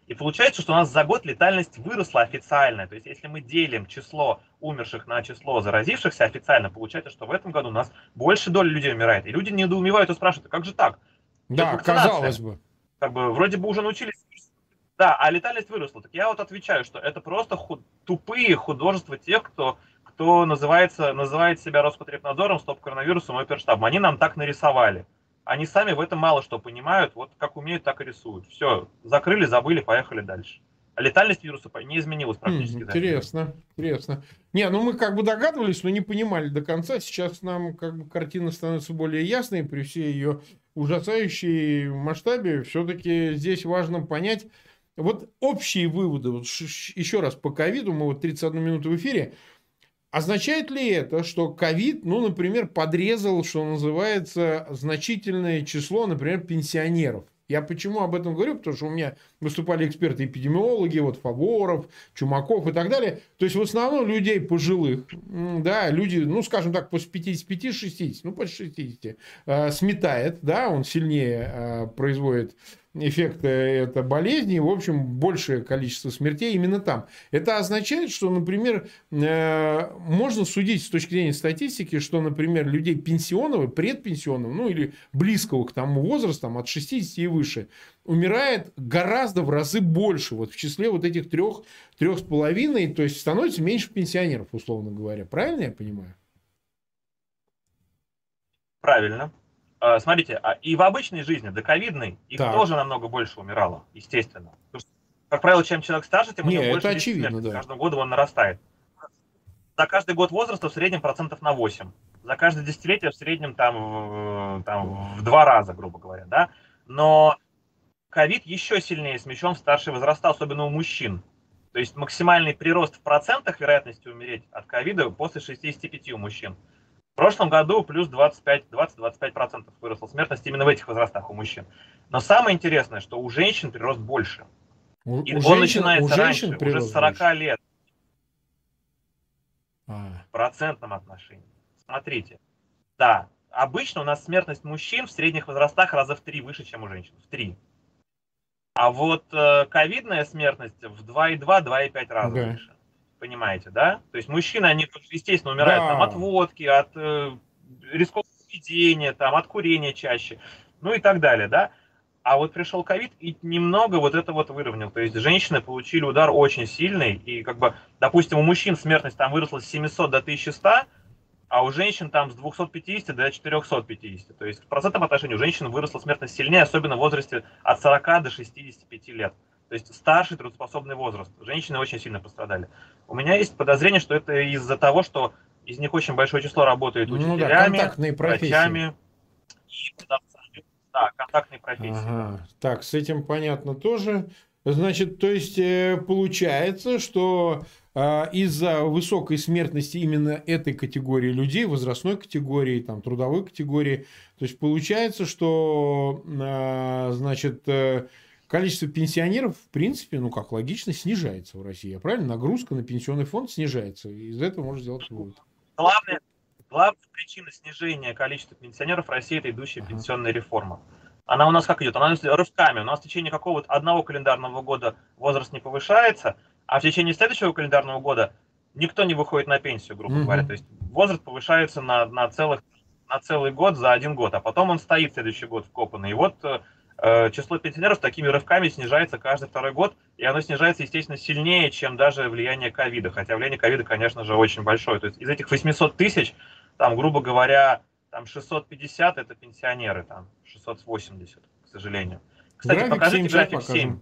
И получается, что у нас за год летальность выросла официально. То есть если мы делим число умерших на число заразившихся официально, получается, что в этом году у нас больше доли людей умирает. И люди недоумевают и спрашивают, а как же так? Идет Да, вакцинация. казалось бы. Как бы вроде бы уже научились. Да, а летальность выросла. Так я вот отвечаю, что это просто тупые художества тех, кто называет себя Роспотребнадзором, стоп-коронавирусом и оперштабом. Они нам так нарисовали. Они сами в этом мало что понимают, вот как умеют, так и рисуют. Все, закрыли, забыли, поехали дальше. А летальность вируса не изменилась практически. Интересно, интересно. Не, ну мы как бы догадывались, но не понимали до конца. Сейчас нам как бы картина становится более ясной при всей ее ужасающей масштабе. Все-таки здесь важно понять вот общие выводы. Вот еще раз по ковиду, мы вот 31 минуту в эфире. Означает ли это, что ковид, ну, например, подрезал, что называется, значительное число, например, пенсионеров? Я почему об этом говорю? Потому что у меня выступали эксперты-эпидемиологи, вот Фаворов, Чумаков и так далее. То есть, в основном людей пожилых, да, люди, ну, скажем так, после 55-60, ну, после 60, сметает, да, он сильнее производит эффекты этой болезни, в общем, большее количество смертей именно там. Это означает, что, например, можно судить с точки зрения статистики, что, например, людей пенсионного, предпенсионного, ну или близкого к тому возрасту, от 60 и выше, умирает гораздо в разы больше. Вот в числе вот этих 3,5, то есть становится меньше пенсионеров, условно говоря. Правильно я понимаю? Правильно. Смотрите, и в обычной жизни, до ковидной, их тоже намного больше умирало, естественно. Потому что, как правило, чем человек старше, тем у него больше риск смерти. Да. С каждым годом он нарастает. За каждый год возраста в среднем процентов на 8. За каждое десятилетие в среднем там в 2 раза, грубо говоря. Да? Но ковид еще сильнее смещен в старшие возраста, особенно у мужчин. То есть максимальный прирост в процентах вероятности умереть от ковида после 65 у мужчин. В прошлом году плюс 20-25% выросла смертность именно в этих возрастах у мужчин. Но самое интересное, что у женщин прирост больше. И он начинается раньше, уже с 40 больше. Лет. В процентном отношении. Смотрите. Да, обычно у нас смертность мужчин в средних возрастах раза в 3 выше, чем у женщин. В 3. А вот ковидная смертность в 2,2-2,5 раза выше. Понимаете, да? То есть мужчины, они, естественно, умирают там от водки, от рискового поведения, там, от курения чаще, ну и так далее, да? А вот пришел ковид и немного вот это вот выровнял. То есть женщины получили удар очень сильный, и как бы, допустим, у мужчин смертность там выросла с 700 до 1100, а у женщин там с 250 до 450. То есть в процентном отношении у женщин выросла смертность сильнее, особенно в возрасте от 40 до 65 лет. То есть старший трудоспособный возраст. Женщины очень сильно пострадали. У меня есть подозрение, что это из-за того, что из них очень большое число работает учителями, врачами и продавцами. Да, контактные профессии. Ага. Так, с этим понятно тоже. Значит, то есть получается, что из-за высокой смертности именно этой категории людей, возрастной категории, там, трудовой категории, то есть получается, что, значит, количество пенсионеров, в принципе, ну как логично, снижается в России. Правильно? Нагрузка на пенсионный фонд снижается. Из этого можно сделать вывод. Главная причина снижения количества пенсионеров в России – это идущая пенсионная реформа. Она у нас как идет? Она рывками. У нас в течение какого-то одного календарного года возраст не повышается, а в течение следующего календарного года никто не выходит на пенсию, грубо говоря. То есть возраст повышается на целый год за 1 год, а потом он стоит следующий год вкопанный. И вот число пенсионеров такими рывками снижается каждый 2-й год, и оно снижается, естественно, сильнее, чем даже влияние ковида. Хотя влияние ковида, конечно же, очень большое. То есть из этих 800 тысяч, там, грубо говоря, там 650 это пенсионеры, там 680, к сожалению. Кстати, покажите график 7.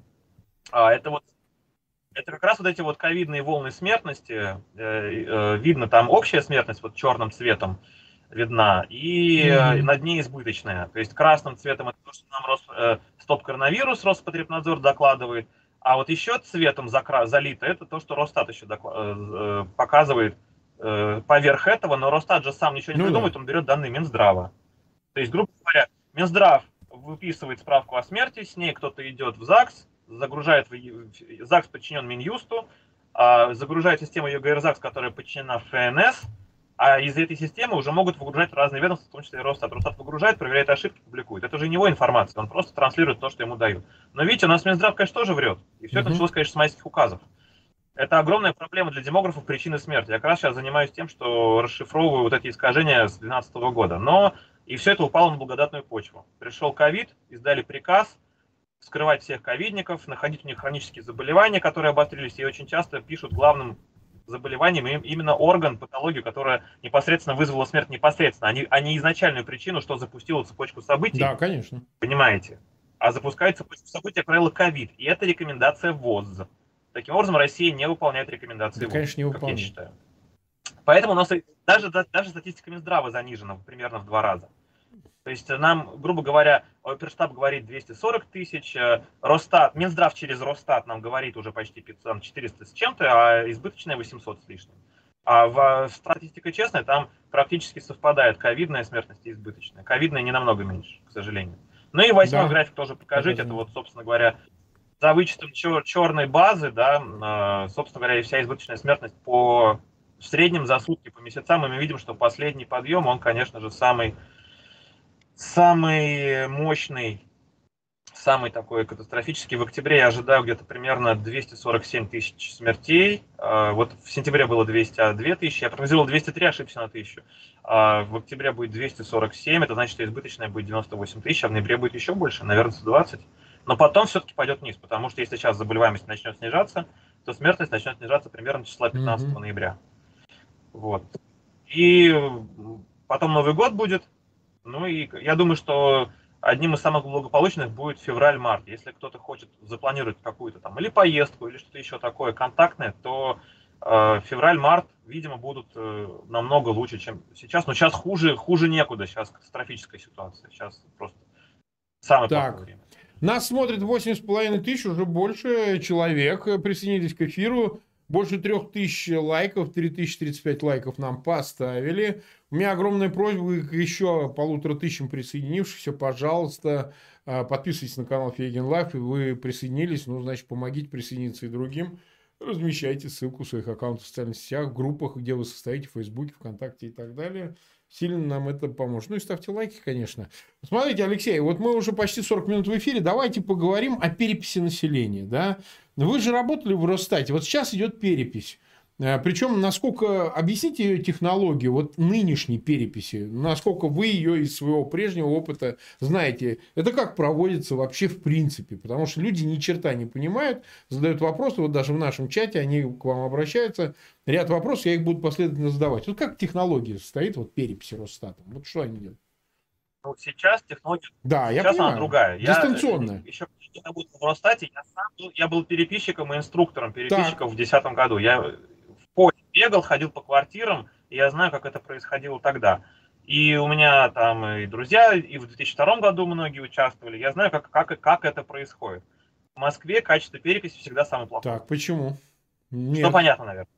Это как раз вот эти вот ковидные волны смертности. Видно там общая смертность вот черным цветом видна, и над ней избыточная. То есть красным цветом это то, что нам стоп-коронавирус Роспотребнадзор докладывает, а вот еще цветом залито это то, что Росстат еще показывает поверх этого, но Росстат же сам ничего не придумывает, он берет данные Минздрава. То есть, грубо говоря, Минздрав выписывает справку о смерти, с ней кто-то идет в ЗАГС, загружает, ЗАГС подчинен Минюсту, загружает систему ЕГР-ЗАГС, которая подчинена ФНС, А из этой системы уже могут выгружать разные ведомства, в том числе и Росстат. Росстат выгружает, проверяет ошибки, публикует. Это же не его информация, он просто транслирует то, что ему дают. Но видите, у нас Минздрав, конечно, тоже врет. И все это началось, конечно, с майских указов. Это огромная проблема для демографов причины смерти. Я как раз сейчас занимаюсь тем, что расшифровываю вот эти искажения с 2012 года. Но и все это упало на благодатную почву. Пришел ковид, издали приказ вскрывать всех ковидников, находить у них хронические заболевания, которые обострились, и очень часто пишут главным заболеванием именно орган, патологию, которая непосредственно вызвала смерть непосредственно, а не изначальную причину, что запустило цепочку событий. Да, конечно. Понимаете? А запускает цепочку событий, как правило, ковид. И это рекомендация ВОЗ. Таким образом, Россия не выполняет рекомендации Да, ВОЗ, конечно, не как выполняет. я считаю. Поэтому у нас даже статистика Минздрава занижена примерно в 2 раза. То есть нам, грубо говоря, Оперштаб говорит 240 тысяч, Росстат, Минздрав через Росстат нам говорит уже почти 500, 400 с чем-то, а избыточная 800 с лишним. А в статистике честной там практически совпадает ковидная смертность и избыточная. Ковидная не намного меньше, к сожалению. Ну и 8-й график тоже покажите. Это вот, собственно говоря, за вычетом черной базы, да, собственно говоря, и вся избыточная смертность в среднем за сутки по месяцам. И мы видим, что последний подъем, он, конечно же, самый мощный, самый такой катастрофический. В октябре я ожидаю где-то примерно 247 тысяч смертей. Вот в сентябре было 202 тысячи. Я прогнозировал 203, ошибся на 1000. В октябре будет 247, это значит, что избыточная будет 98 тысяч, а в ноябре будет еще больше, наверное, 120. Но потом все-таки пойдет вниз, потому что если сейчас заболеваемость начнет снижаться, то смертность начнет снижаться примерно числа 15 ноября. Вот. И потом Новый год будет. Ну и я думаю, что одним из самых благополучных будет февраль-март. Если кто-то хочет запланировать какую-то там или поездку, или что-то еще такое контактное, то февраль-март, видимо, будут намного лучше, чем сейчас. Но сейчас хуже некуда. Сейчас катастрофическая ситуация. Сейчас просто самое плохое время. Нас смотрит 8,5 тысяч, уже больше человек присоединились к эфиру. Больше 3000 лайков, 3035 лайков нам поставили. У меня огромная просьба к еще 1500 присоединившихся. Пожалуйста, подписывайтесь на канал Фейгин Лайф. И вы присоединились, ну, значит, помогите присоединиться и другим. Размещайте ссылку в своих аккаунтах в социальных сетях, в группах, где вы состоите, в Фейсбуке, ВКонтакте и так далее. Сильно нам это поможет. Ну и ставьте лайки, конечно. Смотрите, Алексей, вот мы уже почти 40 минут в эфире. Давайте поговорим о переписи населения. Да? Вы же работали в Росстате. Вот сейчас идет перепись. Причем, насколько, объясните технологию вот нынешней переписи, насколько вы ее из своего прежнего опыта знаете. Это как проводится вообще в принципе, потому что люди ни черта не понимают, задают вопросы, вот даже в нашем чате они к вам обращаются, ряд вопросов, я их буду последовательно задавать. Вот как технология состоит, вот переписи Росстатом, вот что они делают? Ну, сейчас технология, да, сейчас я понимаю, она другая. Дистанционная. Еще я работал в Росстате, я был переписчиком и инструктором переписчиков в 2010 году. Я в поле бегал, ходил по квартирам, и я знаю, как это происходило тогда. И у меня там и друзья, и в 2002 году многие участвовали. Я знаю, как это происходит. В Москве качество переписи всегда самое плохое. Так, почему? Нет. Что понятно, наверное.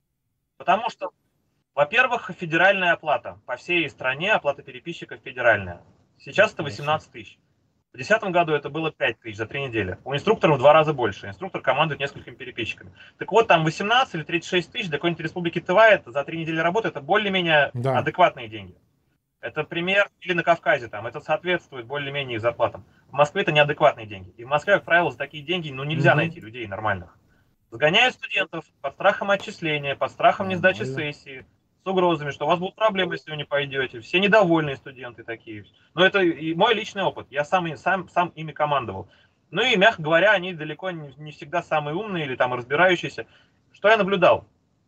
Потому что, во-первых, федеральная оплата. По всей стране оплата переписчиков федеральная. Сейчас это 18 тысяч. В 2010 году это было 5 тысяч за 3 недели. У инструктора в 2 раза больше. Инструктор командует несколькими переписчиками. Так вот, там 18 или 36 тысяч для какой-нибудь республики Тыва это за 3 недели работы, это более-менее адекватные деньги. Это пример, или на Кавказе, там, это соответствует более-менее их зарплатам. В Москве это неадекватные деньги. И в Москве, как правило, за такие деньги нельзя найти людей нормальных. Сгоняют студентов под страхом отчисления, под страхом несдачи сессии, с угрозами, что у вас будут проблемы, если вы не пойдете. Все недовольные студенты такие. Но это и мой личный опыт. Я сам ими командовал. Ну и, мягко говоря, они далеко не всегда самые умные или там разбирающиеся. Что я наблюдал?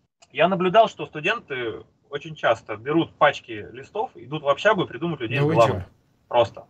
Я наблюдал, что студенты очень часто берут пачки листов, идут в общагу и придумывают людей с головы. Просто.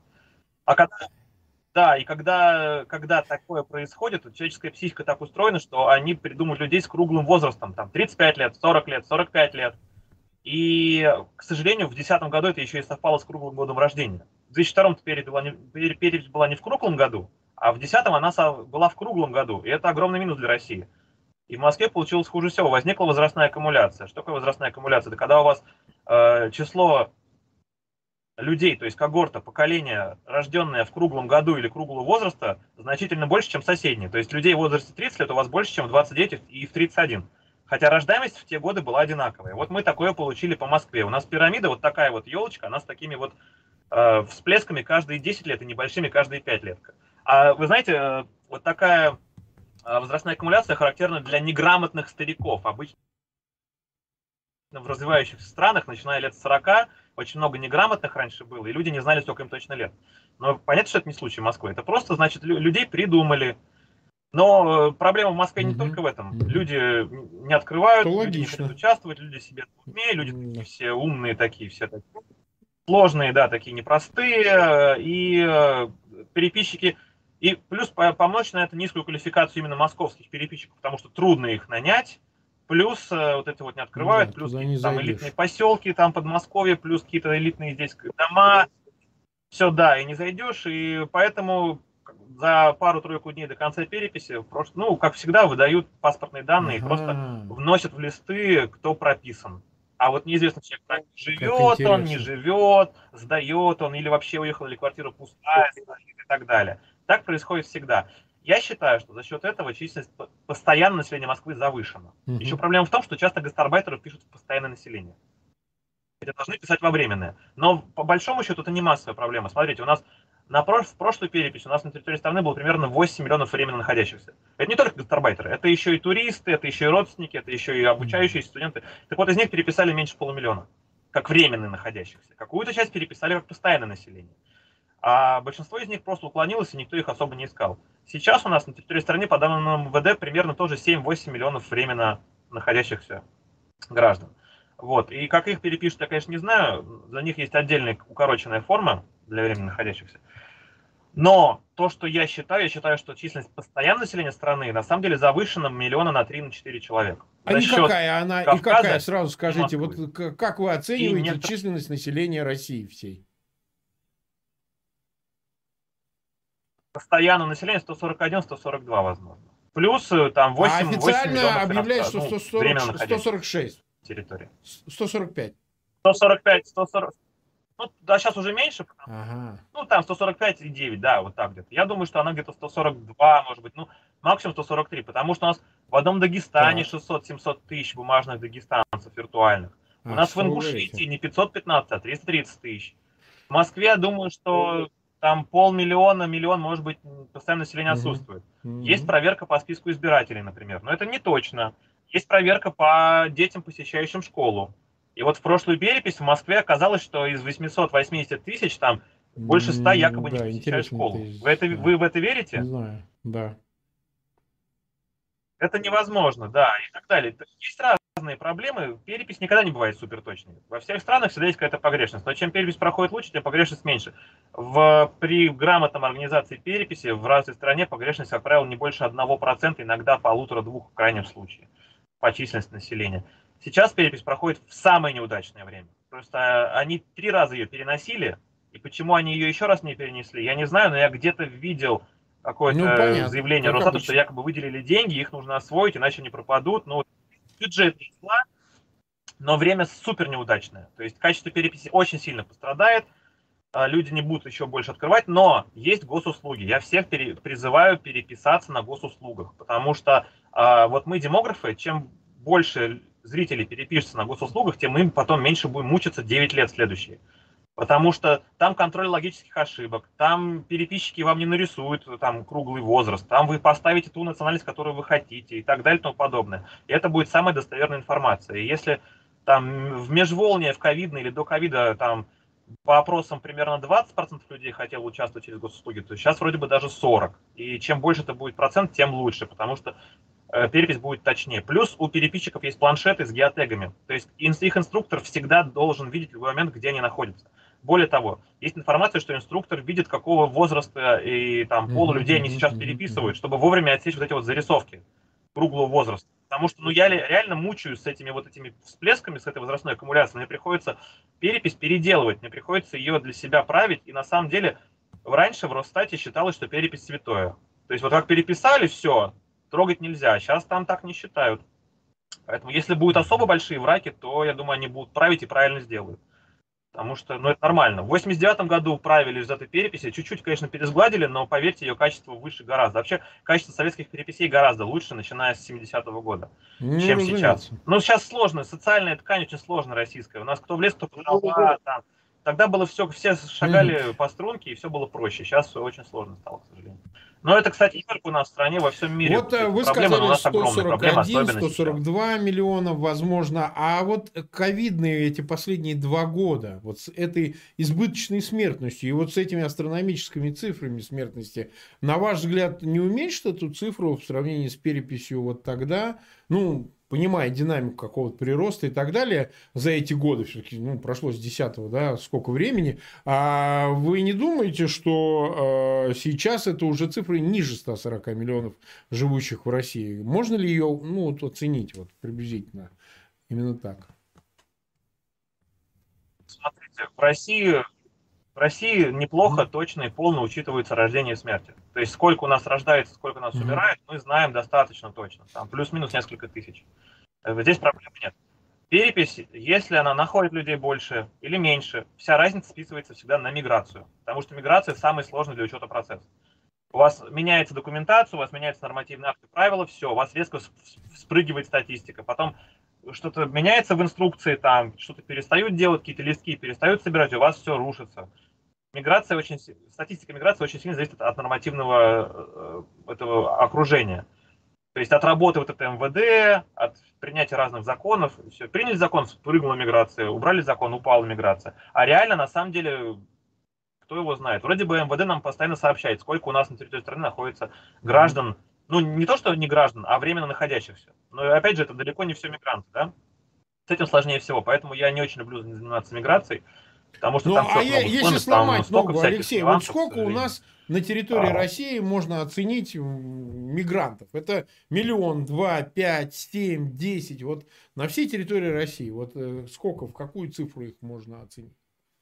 Когда такое происходит, человеческая психика так устроена, что они придумывают людей с круглым возрастом, там 35 лет, 40 лет, 45 лет. И, к сожалению, в 2010 году это еще и совпало с круглым годом рождения. В 2002 перепись была не в круглом году, а в 2010 она была в круглом году. И это огромный минус для России. И в Москве получилось хуже всего. Возникла возрастная аккумуляция. Что такое возрастная аккумуляция? Это когда у вас число людей, то есть когорта, поколение, рожденное в круглом году или круглого возраста, значительно больше, чем соседние. То есть людей в возрасте 30 лет у вас больше, чем в 29 и в 31. Хотя рождаемость в те годы была одинаковая. Вот мы такое получили по Москве. У нас пирамида, вот такая вот елочка, она с такими вот всплесками каждые 10 лет и небольшими каждые 5 лет. А вы знаете, вот такая возрастная аккумуляция характерна для неграмотных стариков. Обычно в развивающихся странах, начиная лет с 40, очень много неграмотных раньше было, и люди не знали, сколько им точно лет. Но понятно, что это не случай Москвы. Это просто, значит, людей придумали. Но проблема в Москве не только в этом. Люди не открывают, люди не хотят участвовать, люди себе в уме, люди такие все умные, такие все такие сложные, да, такие непростые, и переписчики, и плюс помножить на это низкую квалификацию именно московских переписчиков, потому что трудно их нанять, плюс вот это вот не открывают, да, плюс там элитные поселки, там Подмосковье, плюс какие-то элитные здесь дома, все, да, и не зайдешь, и поэтому за пару-тройку дней до конца переписи, ну, как всегда, выдают паспортные данные, и просто вносят в листы, кто прописан. А вот неизвестно, человек живет он, не живет, сдает он, или вообще уехал, или квартира пустая, и так далее. Так происходит всегда. Я считаю, что за счет этого численность постоянного населения Москвы завышена. Еще проблема в том, что часто гастарбайтеров пишут в постоянное население. Это должны писать во временное. Но по большому счету это не массовая проблема. Смотрите, у нас в прошлую перепись у нас на территории страны было примерно 8 миллионов временно находящихся. Это не только гастарбайтеры, это еще и туристы, это еще и родственники, это еще и обучающиеся студенты. Так вот, из них переписали меньше полумиллиона, как временно находящихся. Какую-то часть переписали как постоянное население. А большинство из них просто уклонилось, и никто их особо не искал. Сейчас у нас на территории страны, по данным МВД, примерно тоже 7-8 миллионов временно находящихся граждан. Вот. И как их перепишут, я, конечно, не знаю. Для них есть отдельная укороченная форма для временно находящихся. Но то, что я считаю, что численность постоянного населения страны на самом деле завышена миллиона на 3-4 человека. А никакая она, Кавказа, и какая, сразу скажите, вот как вы оцениваете численность населения России всей? Постоянного населения 141-142, возможно. Плюс там 8, официально 8 миллионов объявляют, что 146 территории. 145. 145, 140. Ну, да, сейчас уже меньше. Ну, там 145,9, да, вот так где-то. Я думаю, что она где-то 142, может быть, ну, максимум 143, потому что у нас в одном Дагестане 600-700 тысяч бумажных дагестанцев виртуальных. У нас в Ингушетии не 515, а 330 тысяч. В Москве, я думаю, что там 500 000, миллион, может быть, постоянное население отсутствует. Есть проверка по списку избирателей, например, но это не точно. Есть проверка по детям, посещающим школу. И вот в прошлую перепись в Москве оказалось, что из 880 тысяч там больше 100 якобы не посещают школу. Вы в это верите? Не знаю, да. Это невозможно, да, и так далее. Есть разные проблемы. Перепись никогда не бывает суперточной. Во всех странах всегда есть какая-то погрешность. Но чем перепись проходит лучше, тем погрешность меньше. При грамотном организации переписи в разной стране погрешность, как правило, не больше 1%, иногда 1,5-2% в крайнем случае по численности населения. Сейчас перепись проходит в самое неудачное время. Просто они 3 раза ее переносили, и почему они ее еще раз не перенесли, я не знаю, но я где-то видел какое-то заявление Росстата, что якобы выделили деньги, их нужно освоить, иначе они пропадут. Ну, бюджет не зла, но время супер неудачное. То есть качество переписи очень сильно пострадает, люди не будут еще больше открывать, но есть госуслуги. Я всех призываю переписаться на госуслугах, потому что вот мы, демографы, чем больше зрителей перепишется на госуслугах, тем им потом меньше будем мучиться 9 лет следующие. Потому что там контроль логических ошибок, там переписчики вам не нарисуют там круглый возраст, там вы поставите ту национальность, которую вы хотите и так далее и тому подобное. И это будет самая достоверная информация. И если там в межволние, в ковидное или до ковида там по опросам примерно 20% людей хотело участвовать через госуслуги, то сейчас вроде бы даже 40%. И чем больше это будет процент, тем лучше, потому что перепись будет точнее. Плюс у переписчиков есть планшеты с геотегами. То есть их инструктор всегда должен видеть в любой момент, где они находятся. Более того, есть информация, что инструктор видит, какого возраста и там пола людей они сейчас переписывают, чтобы вовремя отсечь вот эти вот зарисовки круглого возраста. Потому что я реально мучаюсь с этими всплесками, с этой возрастной аккумуляцией. Мне приходится перепись переделывать, мне приходится ее для себя править. И на самом деле раньше в Росстате считалось, что перепись святое. То есть вот как переписали, все, трогать нельзя. Сейчас там так не считают. Поэтому если будут особо большие враки, то, я думаю, они будут править и правильно сделают. Потому что, ну, это нормально. В 89 году правили результаты переписи, чуть-чуть, конечно, пересгладили, но, поверьте, ее качество выше гораздо. Вообще, качество советских переписей гораздо лучше, начиная с 70-го года, Ну, чем сейчас. разумеется. Ну, сейчас сложно, социальная ткань очень сложная российская. У нас кто в лес, кто по дрова, там. Тогда было все Мгм. шагали по струнке, и все было проще. Сейчас все очень сложно стало, к сожалению. Но это, кстати, не только у нас в стране, во всем мире Вот эти вы проблемы, но у сказали нас огромные проблемы, 141, особенно сейчас. 142 миллиона, возможно. А вот ковидные эти последние 2 года, вот с этой избыточной смертностью и вот с этими астрономическими цифрами смертности, на ваш взгляд, не уменьшит эту цифру в сравнении с переписью вот тогда? Ну, понимая динамику какого-то прироста и так далее, за эти годы, все-таки, ну, прошло с 10-го, да, сколько времени, а вы не думаете, что сейчас это уже цифры ниже 140 миллионов живущих в России? Можно ли ее, ну, вот, оценить вот, приблизительно именно так? Смотрите, в России неплохо, точно и полно учитываются рождение и смерти. То есть сколько у нас рождается, сколько у нас Мгм. умирает, мы знаем достаточно точно. Там плюс-минус несколько тысяч. Здесь проблем нет. Перепись, если она находит людей больше или меньше, вся разница списывается всегда на миграцию. Потому что миграция самый сложный для учета процесс. У вас меняется документация, у вас меняются нормативные акты, правила, все, у вас резко спрыгивает статистика. Потом что-то меняется в инструкции, там что-то перестают делать, какие-то листки перестают собирать, у вас все рушится. Статистика миграции очень сильно зависит от нормативного этого окружения. То есть от работы вот это МВД, от принятия разных законов. Все. Приняли закон, спрыгнула миграция, убрали закон, упала миграция. А реально, на самом деле, кто его знает? Вроде бы МВД нам постоянно сообщает, сколько у нас на территории страны находится Мгм. граждан, ну не то, что не граждан, а временно находящихся. Но опять же, это далеко не все мигранты, да? С этим сложнее всего, поэтому я не очень люблю заниматься миграцией, потому что Ну, там а все много если слоем, там сломать столько ногу, всяких Алексей, вот нюансов, к сколько у сожалению. нас на территории А, России можно оценить мигрантов? Это миллион, два, пять, семь, 10. Вот на всей территории России. Вот сколько, в какую цифру их можно оценить?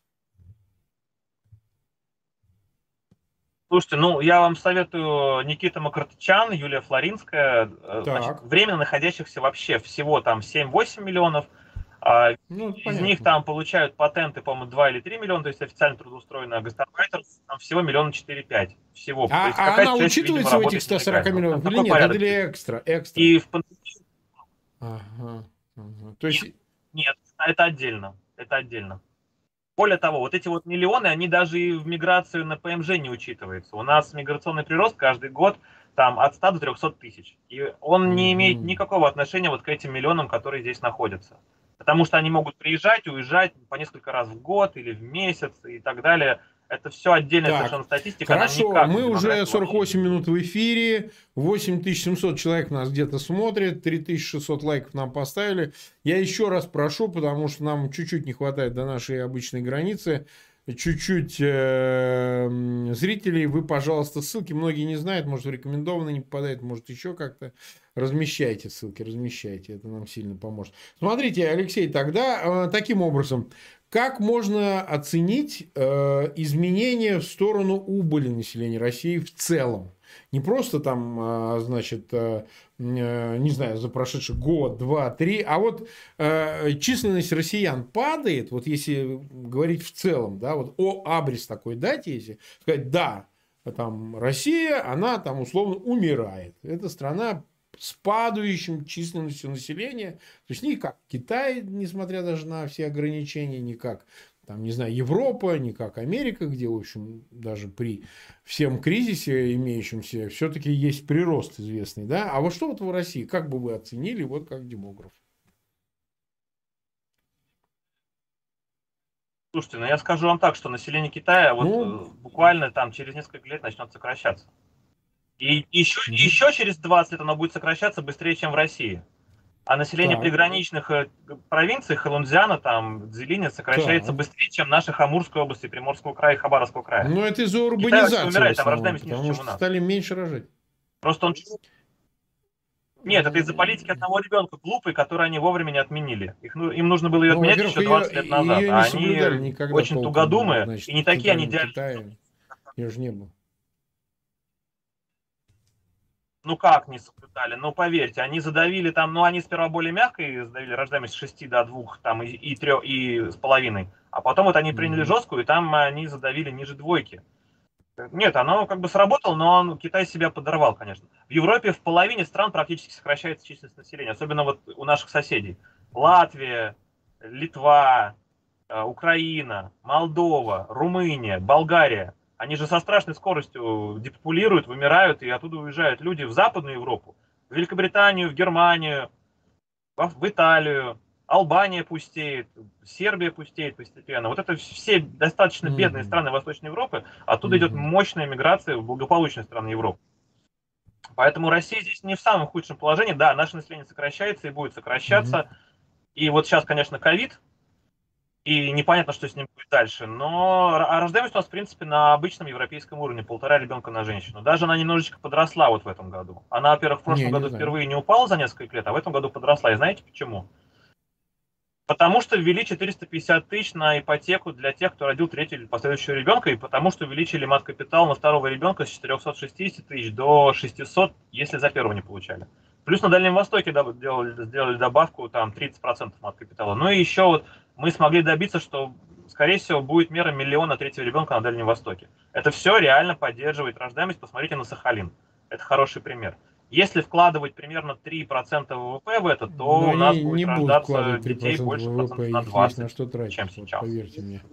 Слушайте, ну я вам советую Никита Макартычан, Юлия Флоринская, значит, Так, временно находящихся вообще всего там 7-8 миллионов. ну, это Из них понятно. там получают патенты, по-моему, 2 или 3 миллиона, то есть официально трудоустроенные, а гастарбайтеров там всего миллиона 4-5 всего. То есть А какая-то она часть, видимо, учитывается в этих работает 140 нелегально. Вот там миллионов или такой нет? Это порядок ли вещей. экстра? Экстра. И в пандемии Ага, ага. То нет, есть, нет, это отдельно. Это отдельно. Более того, вот эти вот миллионы, они даже и в миграцию на ПМЖ не учитываются. У нас миграционный прирост каждый год там от 100 до 300 тысяч. И он не имеет мгм. никакого отношения вот к этим миллионам, которые здесь находятся. Потому что они могут приезжать, уезжать по несколько раз в год или в месяц и так далее. Это все отдельная Так, совершенно статистика, она хорошо, никак с мы уже демографией вообще 48 не минут имеет. в эфире, 8700 человек нас где-то смотрит, 3600 лайков нам поставили. Я еще раз прошу, потому что нам чуть-чуть не хватает до нашей обычной границы, чуть-чуть зрителей, вы, пожалуйста, ссылки, многие не знают, может, в рекомендованные не попадает, может, еще как-то размещайте ссылки, размещайте, это нам сильно поможет. Смотрите, Алексей, тогда таким образом, как можно оценить изменения в сторону убыли населения России в целом? Не просто там, значит, не знаю, за прошедший год, два, три, а вот численность россиян падает, вот если говорить в целом, да, вот о абрис такой дать, если сказать, да, там Россия, она там условно умирает. Это страна с падающим численностью населения. То есть не как Китай, несмотря даже на все ограничения, не как там, не знаю, Европа, не как Америка, где, в общем, даже при всем кризисе имеющемся, все-таки есть прирост известный, да? А вот что вот в России, как бы вы оценили, вот как демограф? Слушайте, ну я скажу вам так, что население Китая вот Ну, буквально там через несколько лет начнет сокращаться. И мгм. еще через 20 лет оно будет сокращаться быстрее, чем в России. А население Так, приграничных провинций Хэлунцзяна, там, Цзилиня сокращается так. быстрее, чем наша Амурская область, Приморского края и Хабаровского края. Ну, это из-за Китай вообще урбанизации в умирает, там основном, рождаемость ниже, потому чем у что нас. стали меньше рожать. Просто он... Нет, это из-за политики одного ребенка глупый, который они вовремя не отменили. Им нужно было ее Ну, отменять во-первых, еще 20 лет назад. ее А не они соблюдали никогда очень толком, тугодумы значит, и не в такие они Центральном идеальные. Китае. Ее же не было. Ну как не соблюдали? Ну поверьте, они задавили там, ну они сперва более мягко задавили рождаемость с 6 до 2 там, и 3, и с половиной. А потом вот они приняли жесткую, и там они задавили ниже двойки. Нет, оно как бы сработало, но Китай себя подорвал, конечно. В Европе в половине стран практически сокращается численность населения, особенно вот у наших соседей. Латвия, Литва, Украина, Молдова, Румыния, Болгария. Они же со страшной скоростью депопулируют, вымирают, и оттуда уезжают люди в Западную Европу, в Великобританию, в Германию, в Италию. Албания пустеет, Сербия пустеет постепенно. Вот это все достаточно бедные страны Восточной Европы, оттуда идет мощная миграция в благополучные страны Европы. Поэтому Россия здесь не в самом худшем положении. Да, наше население сокращается и будет сокращаться. И вот сейчас, конечно, ковид, и непонятно, что с ним будет дальше. Но рождаемость у нас, в принципе, на обычном европейском уровне, 1,5 ребенка на женщину. Даже она немножечко подросла вот в этом году. Она, во-первых, в прошлом году впервые не упала за несколько лет, а в этом году подросла. И знаете почему? Потому что ввели 450 тысяч на ипотеку для тех, кто родил третьего или последующего ребенка, и потому что увеличили мат-капитал на второго ребенка с 460 тысяч до 600, если за первого не получали. Плюс на Дальнем Востоке сделали добавку, там 30% мат-капитала. Ну и еще вот мы смогли добиться, что, скорее всего, будет мера миллиона третьего ребенка на Дальнем Востоке. Это все реально поддерживает рождаемость. Посмотрите на Сахалин. Это хороший пример. Если вкладывать примерно 3% ВВП в это, то у нас будет рождаться детей больше ВВП, на 20, на что тратить, чем сейчас. Поверьте мне.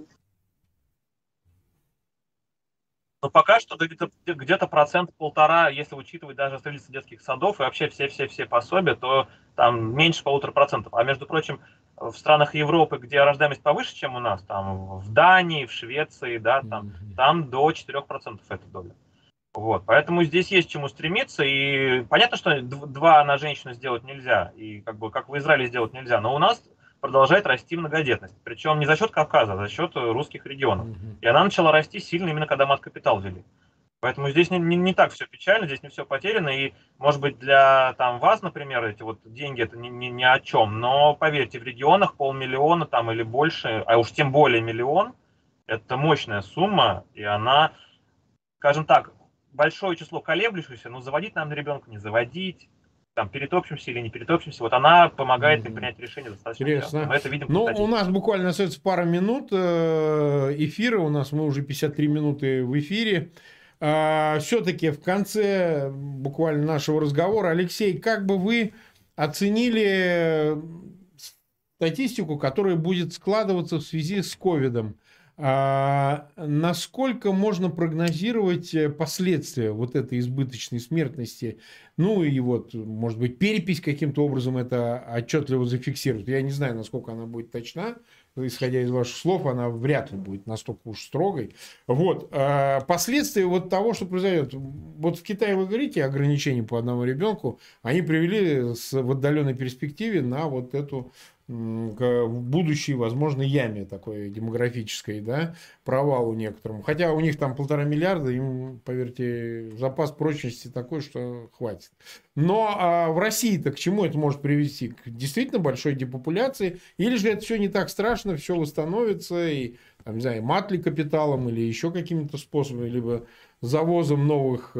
Но пока что где-то 1-1,5%, если учитывать даже строительство детских садов и вообще все пособия, то там меньше 1,5%. А между прочим, в странах Европы, где рождаемость повыше, чем у нас, там в Дании, в Швеции, да, там до 4% эта доля. Вот, поэтому здесь есть к чему стремиться, и понятно, что 2 на женщину сделать нельзя, и как в Израиле сделать нельзя, но у нас продолжает расти многодетность, причем не за счет Кавказа, а за счет русских регионов. И она начала расти сильно именно когда мат-капитал ввели. Поэтому здесь не так все печально, здесь не все потеряно, и может быть для вас, например, эти вот деньги это ни о чем, но поверьте, в регионах 500 000 там или больше, а уж тем более 1 000 000, это мощная сумма, и она, скажем так, большое число колеблющихся, но заводить нам на ребенка, не заводить, там, перетопчемся или не перетопчемся, вот она помогает им принять решение достаточно интересно. часто. Мы это видим. Ну, у нас буквально остается пара минут эфира, мы уже 53 минуты в эфире. Все-таки в конце буквально нашего разговора, Алексей, как бы вы оценили статистику, которая будет складываться в связи с ковидом? Насколько можно прогнозировать последствия вот этой избыточной смертности? Ну и вот, может быть, перепись каким-то образом это отчетливо зафиксирует. Я не знаю, насколько она будет точна. Исходя из ваших слов, она вряд ли будет настолько уж строгой. Вот. Последствия вот того, что произойдет. Вот в Китае, вы говорите, ограничения по одному ребенку, они привели в отдаленной перспективе на вот эту к будущей, возможно, яме такой демографической, да, провалу некоторому. Хотя у них там 1,5 миллиарда, им, поверьте, запас прочности такой, что хватит. Но в России-то к чему это может привести? К действительно большой депопуляции? Или же это все не так страшно, все восстановится, и, там, не знаю, матли капиталом или еще какими-то способами, либо завозом новых,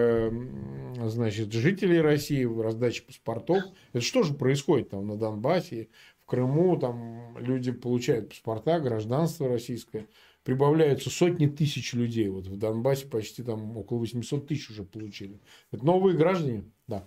значит, жителей России, раздачей паспортов. Это что же происходит там на Донбассе? В Крыму там люди получают паспорта, гражданство российское. Прибавляются сотни тысяч людей. Вот в Донбассе почти там около 800 тысяч уже получили. Это новые граждане? Да.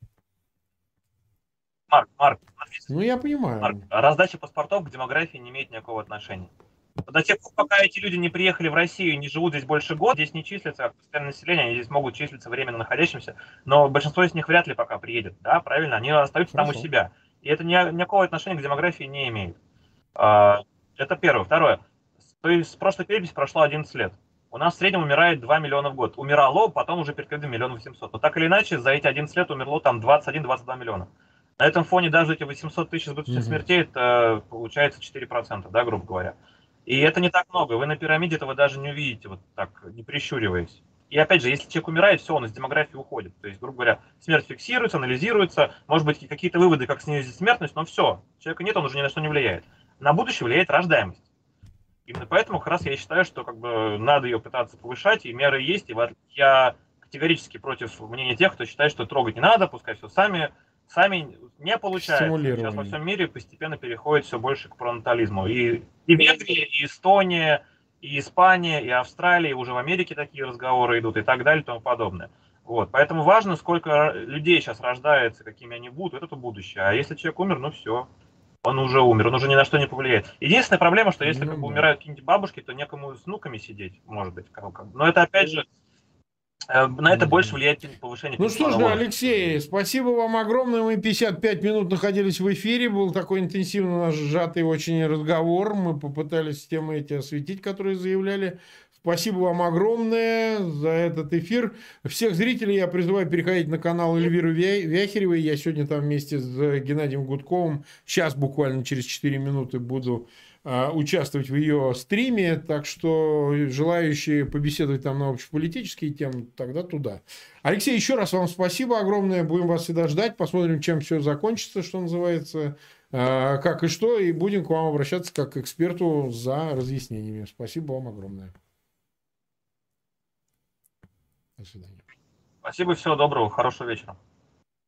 Марк. Ну, я понимаю. Марк, раздача паспортов к демографии не имеет никакого отношения. До тех пор, пока эти люди не приехали в Россию и не живут здесь больше года, здесь не числятся как постоянное население, они здесь могут числиться временно находящимся, но большинство из них вряд ли пока приедет, да, правильно? Они остаются там у себя. И это никакого отношения к демографии не имеет. Это первое. Второе. То есть с прошлой переписи прошло 11 лет. У нас в среднем умирает 2 миллиона в год. Умирало, потом уже перед ковидом 1 800 000. Но так или иначе, за эти 11 лет умерло там 21-22 миллиона. На этом фоне даже эти 800 тысяч избыточных смертей, это получается 4%, да, грубо говоря. И это не так много. Вы на пирамиде этого даже не увидите, вот так, не прищуриваясь. И опять же, если человек умирает, все, он из демографии уходит. То есть, грубо говоря, смерть фиксируется, анализируется, может быть, какие-то выводы, как снизить смертность, но все, человека нет, он уже ни на что не влияет. На будущее влияет рождаемость. Именно поэтому как раз я считаю, что как бы надо ее пытаться повышать, и меры есть. И я категорически против мнения тех, кто считает, что трогать не надо, пускай все сами сами не получается. Сейчас во всем мире постепенно переходит все больше к пронатализму. И Венгрия, и Эстония, и Испания, и Австралия, и уже в Америке такие разговоры идут, и так далее, и тому подобное. Вот. Поэтому важно, сколько людей сейчас рождается, какими они будут, это будущее. А если человек умер, ну все, он уже умер, он уже ни на что не повлияет. Единственная проблема, что если как бы умирают какие-нибудь бабушки, то некому с внуками сидеть, может быть. Но это опять же, на это больше влияет повышение пенсионного возраста. Алексей, спасибо вам огромное. Мы 55 минут находились в эфире. Был такой интенсивно сжатый очень разговор. Мы попытались темы эти осветить, которые заявляли. Спасибо вам огромное за этот эфир. Всех зрителей я призываю переходить на канал Эльвиры Вяхеревой. Я сегодня там вместе с Геннадием Гудковым. Сейчас буквально через 4 минуты буду участвовать в ее стриме, так что желающие побеседовать там на общеполитические темы, тогда туда. Алексей, еще раз вам спасибо огромное, будем вас всегда ждать, посмотрим, чем все закончится, что называется, как и что, и будем к вам обращаться как к эксперту за разъяснениями. Спасибо вам огромное. До свидания. Спасибо, всего доброго, хорошего вечера.